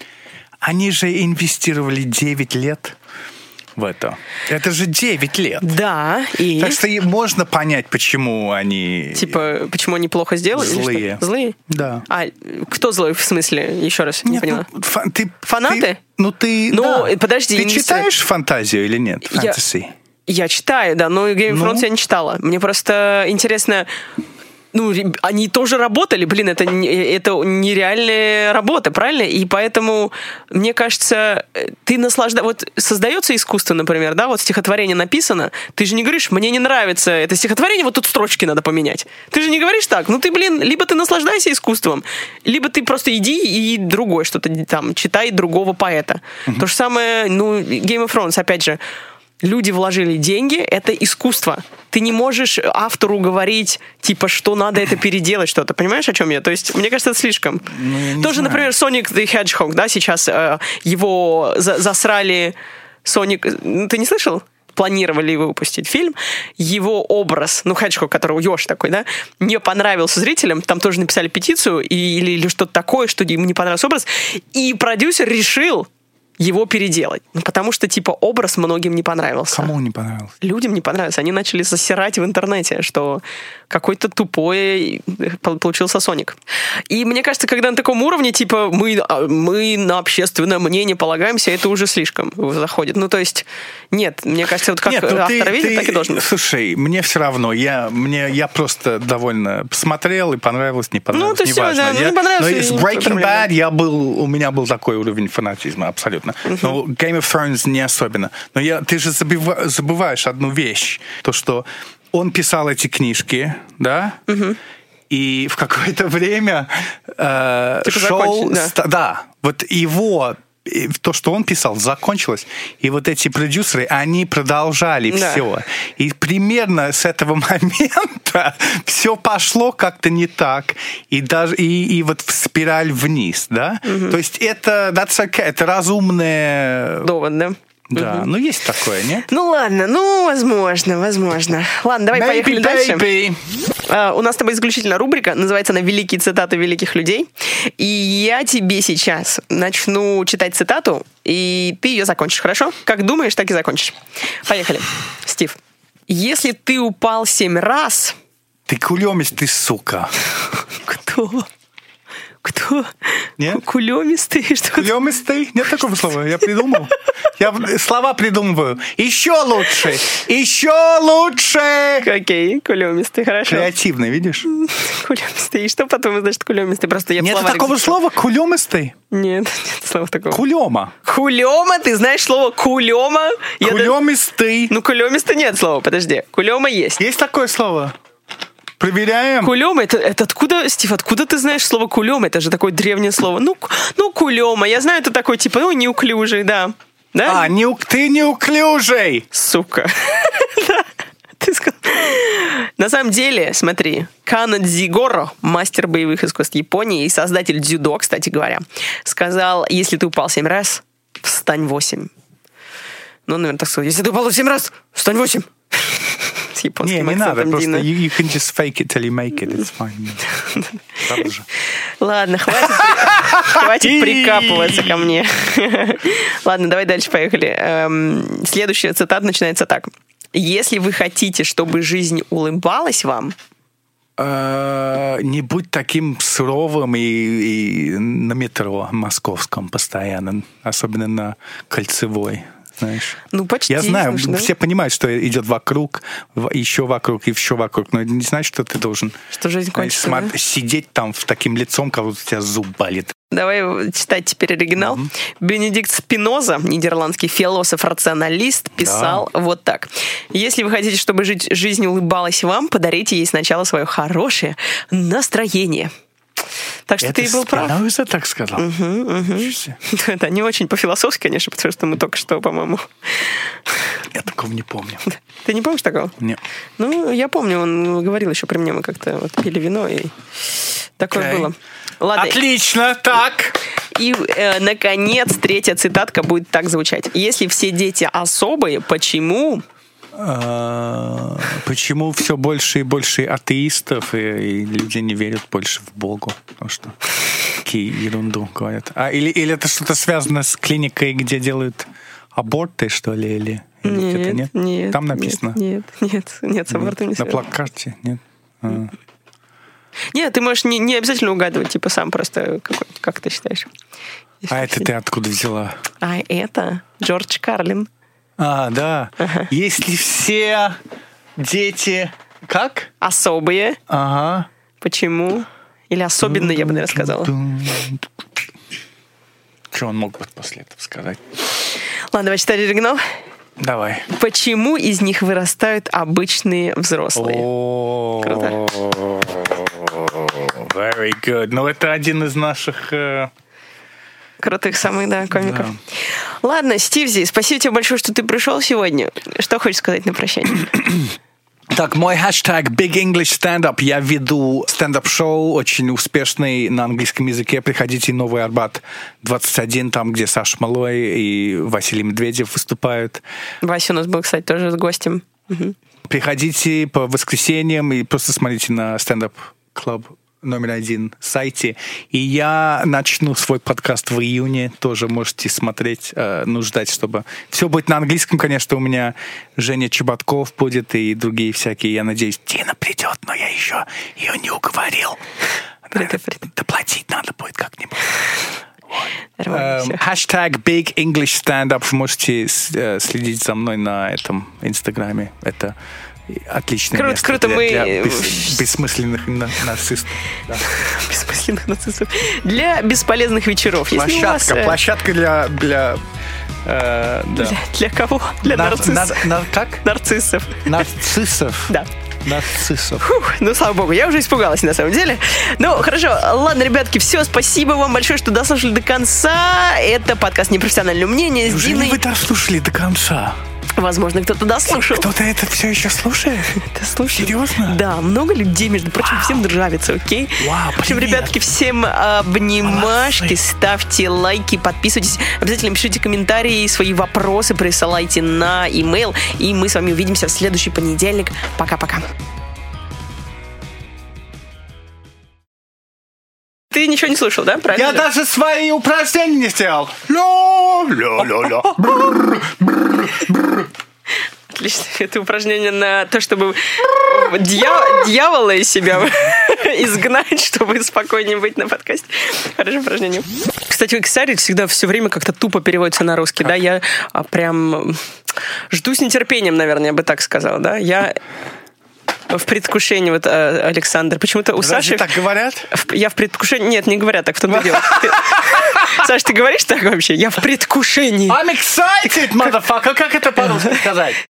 они же инвестировали девять лет в это. Это же девять лет. Да, и... Так что и можно понять, почему они Типа, почему они плохо сделали? или злые. что? Злые? Да. А кто злой, в смысле? Еще раз, не Нет, поняла. ну, фа- ты, Фанаты? ты- ну, ты... Ну, да. подожди, Ты не читаешь фантазию или нет? Я- Фэнтези? Я читаю, да, но Game of Ну? Thrones я не читала. Мне просто интересно... Ну, ре- они тоже работали, блин, это, не- это нереальная работа, правильно? И поэтому, мне кажется, ты наслаждаешься... Вот создается искусство, например, да, вот стихотворение написано, ты же не говоришь, мне не нравится это стихотворение, вот тут строчки надо поменять. Ты же не говоришь так. Ну, ты, блин, либо ты наслаждайся искусством, либо ты просто иди и другое что-то там, читай другого поэта. То же самое, ну, Game of Thrones, опять же, люди вложили деньги, это искусство. Ты не можешь автору говорить, типа, что надо это переделать, что-то. Понимаешь, о чем я? То есть, мне кажется, это слишком. Ну, я не Тоже, знаю. например, Sonic the Hedgehog, да, сейчас э, его за- засрали... Sonic... Ну, ты не слышал? Планировали выпустить фильм, его образ, ну, Хеджхог, которого Ёж такой, да, не понравился зрителям, там тоже написали петицию и, или, или что-то такое, что ему не понравился образ, и продюсер решил его переделать. Ну, потому что, типа, образ многим не понравился. Кому не понравилось? Людям не понравилось. Они начали засирать в интернете, что какой-то тупой получился Соник. И мне кажется, когда на таком уровне, типа, мы, мы на общественное мнение полагаемся, это уже слишком заходит. Ну, то есть, нет, мне кажется, вот как Нет, ну автор ты- видит, ты- так и должен быть. Слушай, мне все равно. Я, мне, я просто довольно посмотрел, и понравилось, не понравилось, Ну, это всё, неважно. да, ну, Я- не понравилось, но и с никакой Breaking проблемы. Bad я был, у меня был такой уровень фанатизма, абсолютно. Но Game of Thrones не особенно. Но я, ты же забыва- забываешь одну вещь. То, что он писал эти книжки, да? И в какое-то время э, Типа шоу... закончили, да. ста- да, вот его... и то, что он писал, закончилось. И вот эти продюсеры, они продолжали Да. все. И примерно с этого момента все пошло как-то не так. И даже и, и вот в спираль вниз, да? То есть это, that's okay, это разумное... Довод, да? Да, ну есть такое, нет? Ну ладно, ну возможно, возможно. Ладно, давай Maybe, поехали дальше. baby. А, у нас с тобой исключительно рубрика, называется она «Великие цитаты великих людей». И я тебе сейчас начну читать цитату, и ты ее закончишь, хорошо? Как думаешь, так и закончишь. Поехали. Стив. Если ты упал семь раз... Ты кулемись, ты сука. Кто? Кто? Нет? Кулемистый? Что? Кулемистый? Нет такого слова, я придумал. Я слова придумываю. Еще лучше! Еще лучше! Окей, кулемистый, хорошо. Креативный, видишь? Кулемистый. И что потом значит кулемистый? Просто я Нет такого слова кулемистый? Нет, нет слова такого. Кулема. Кулема? Ты знаешь слово кулема? Кулемистый. Ну, кулемистый нет слова, подожди. Кулема есть. Есть такое слово? Проверяем. Кулема, это, это откуда, Стив, откуда ты знаешь слово кулема? Это же такое древнее слово. Ну, ну кулема. Я знаю, это такой, типа, ну, неуклюжий, да. Да? А, не, ты неуклюжий. Сука. Ты сказал. На самом деле, смотри, Кана Дзигоро, мастер боевых искусств Японии и создатель дзюдо, кстати говоря, сказал, если ты упал семь раз, встань восемь. Ну, наверное, так сказал, если ты упал семь раз, встань восемь. С японским не, не надо, просто Дина. you, you can just fake it till you make it, it's fine. Ладно, хватит, хватит прикапываться ко мне. Ладно, давай дальше, поехали. Эм, следующая цитата начинается так. Если вы хотите, чтобы жизнь улыбалась вам... Э, не будь таким суровым и, и на метро московском постоянно, особенно на Кольцевой. Знаешь. Ну, почти. Я знаю, слушай, да? все понимают, что идет вокруг, еще вокруг и еще вокруг, но не знаешь, что ты должен что жизнь кончится, смотри, да? сидеть там с таким лицом, как будто у тебя зуб болит. Давай читать теперь оригинал. Mm-hmm. Бенедикт Спиноза, нидерландский философ-рационалист, писал да. вот так. Если вы хотите, чтобы жить, жизнь улыбалась вам, подарите ей сначала свое хорошее настроение. Так что это ты был прав. Спиноза так сказал? Угу, угу. Это не очень по-философски, конечно, потому что мы только что, по-моему... Я такого не помню. Ты не помнишь такого? Нет. Ну, я помню, он говорил еще при мне, мы как-то вот пили вино, и такое okay. было. Ладно. Отлично, так. И, э, наконец, третья цитатка будет так звучать. Если все дети особые, почему... Почему все больше и больше атеистов, и, и люди не верят больше в Бога? Потому что такие ерунду говорят. А, или, или это что-то связано с клиникой, где делают аборты, что ли? Или, или нет, это нет? нет. Там написано? Нет, нет, нет, нет с абортом не связано. На плакате? Нет? А. Нет, ты можешь не, не обязательно угадывать, типа сам просто, какой, как ты считаешь. А это ты откуда взяла? А это Джордж Карлин. А, да. Ага. Если все дети... Как? Особые. Ага. Почему? Или особенные, я бы, наверное, сказала. Что он мог бы после этого сказать? Ладно, давай читать оригинал. Давай. Почему из них вырастают обычные взрослые? О, круто. Very good. Ну, это один из наших... Крутых самых, да, комиков. Да. Ладно, Стивзи, спасибо тебе большое, что ты пришел сегодня. Что хочешь сказать на прощание? Так, мой хэштег Big English Stand-Up. Я веду стендап-шоу, очень успешный на английском языке. Приходите, Новый Арбат двадцать один, там, где Саша Малой и Василий Медведев выступают. Вася у нас был, кстати, тоже с гостем. Угу. Приходите по воскресеньям и просто смотрите на стендап-клуб номер один сайте. И я начну свой подкаст в июне. Тоже можете смотреть, э, ну, ждать, чтобы... Все будет на английском, конечно. У меня Женя Чеботков будет и другие всякие. Я надеюсь, Дина придет, но я еще ее не уговорил. Доплатить надо будет как-нибудь. Хэштег Big English Stand-Up. Вы можете следить за мной на этом инстаграме. Это отличное круто, место круто, для, мы... для бес, бессмысленных на, нацистов. Да. Бессмысленных нацистов. Для бесполезных вечеров. Если площадка, у вас, площадка для... Для, э, да. для, для кого? Для Нар, нарциссов. Нар, нар, как? Нарциссов. Нарциссов? Да. Нарциссов. Фух, ну, слава богу, я уже испугалась, на самом деле. Ну, хорошо, ладно, ребятки, все, спасибо вам большое, что дослушали до конца. Это подкаст «Непрофессиональное мнение» с Неужели Диной. вы дослушали до конца? Возможно, кто-то дослушал. Кто-то это все еще слушает? Это слушает? Серьезно? Да, много людей, между прочим, всем нравится, окей? Вау, в общем, привет. ребятки, всем обнимашки, Молодцы. ставьте лайки, подписывайтесь, обязательно пишите комментарии, свои вопросы присылайте на имейл, и мы с вами увидимся в следующий понедельник. Пока-пока. Ты ничего не слушал, да? Правильно? Я даже свои упражнения не сделал. Ля-ля-ля. Отлично. Это упражнение на то, чтобы дья- дьявола из себя изгнать, чтобы спокойнее быть на подкасте. Хорошее упражнение. Кстати, excited всегда все время как-то тупо переводится на русский, как? Да? Я а, прям жду с нетерпением, наверное, я бы так сказала, да? Я в предвкушении, вот, Александр, почему-то у Разве Саши... так говорят? Я в предвкушении... Нет, не говорят, так в том-то дело. Саш, ты говоришь так вообще? Я в предвкушении. I'm excited, motherfucker! Как это по-русски сказать?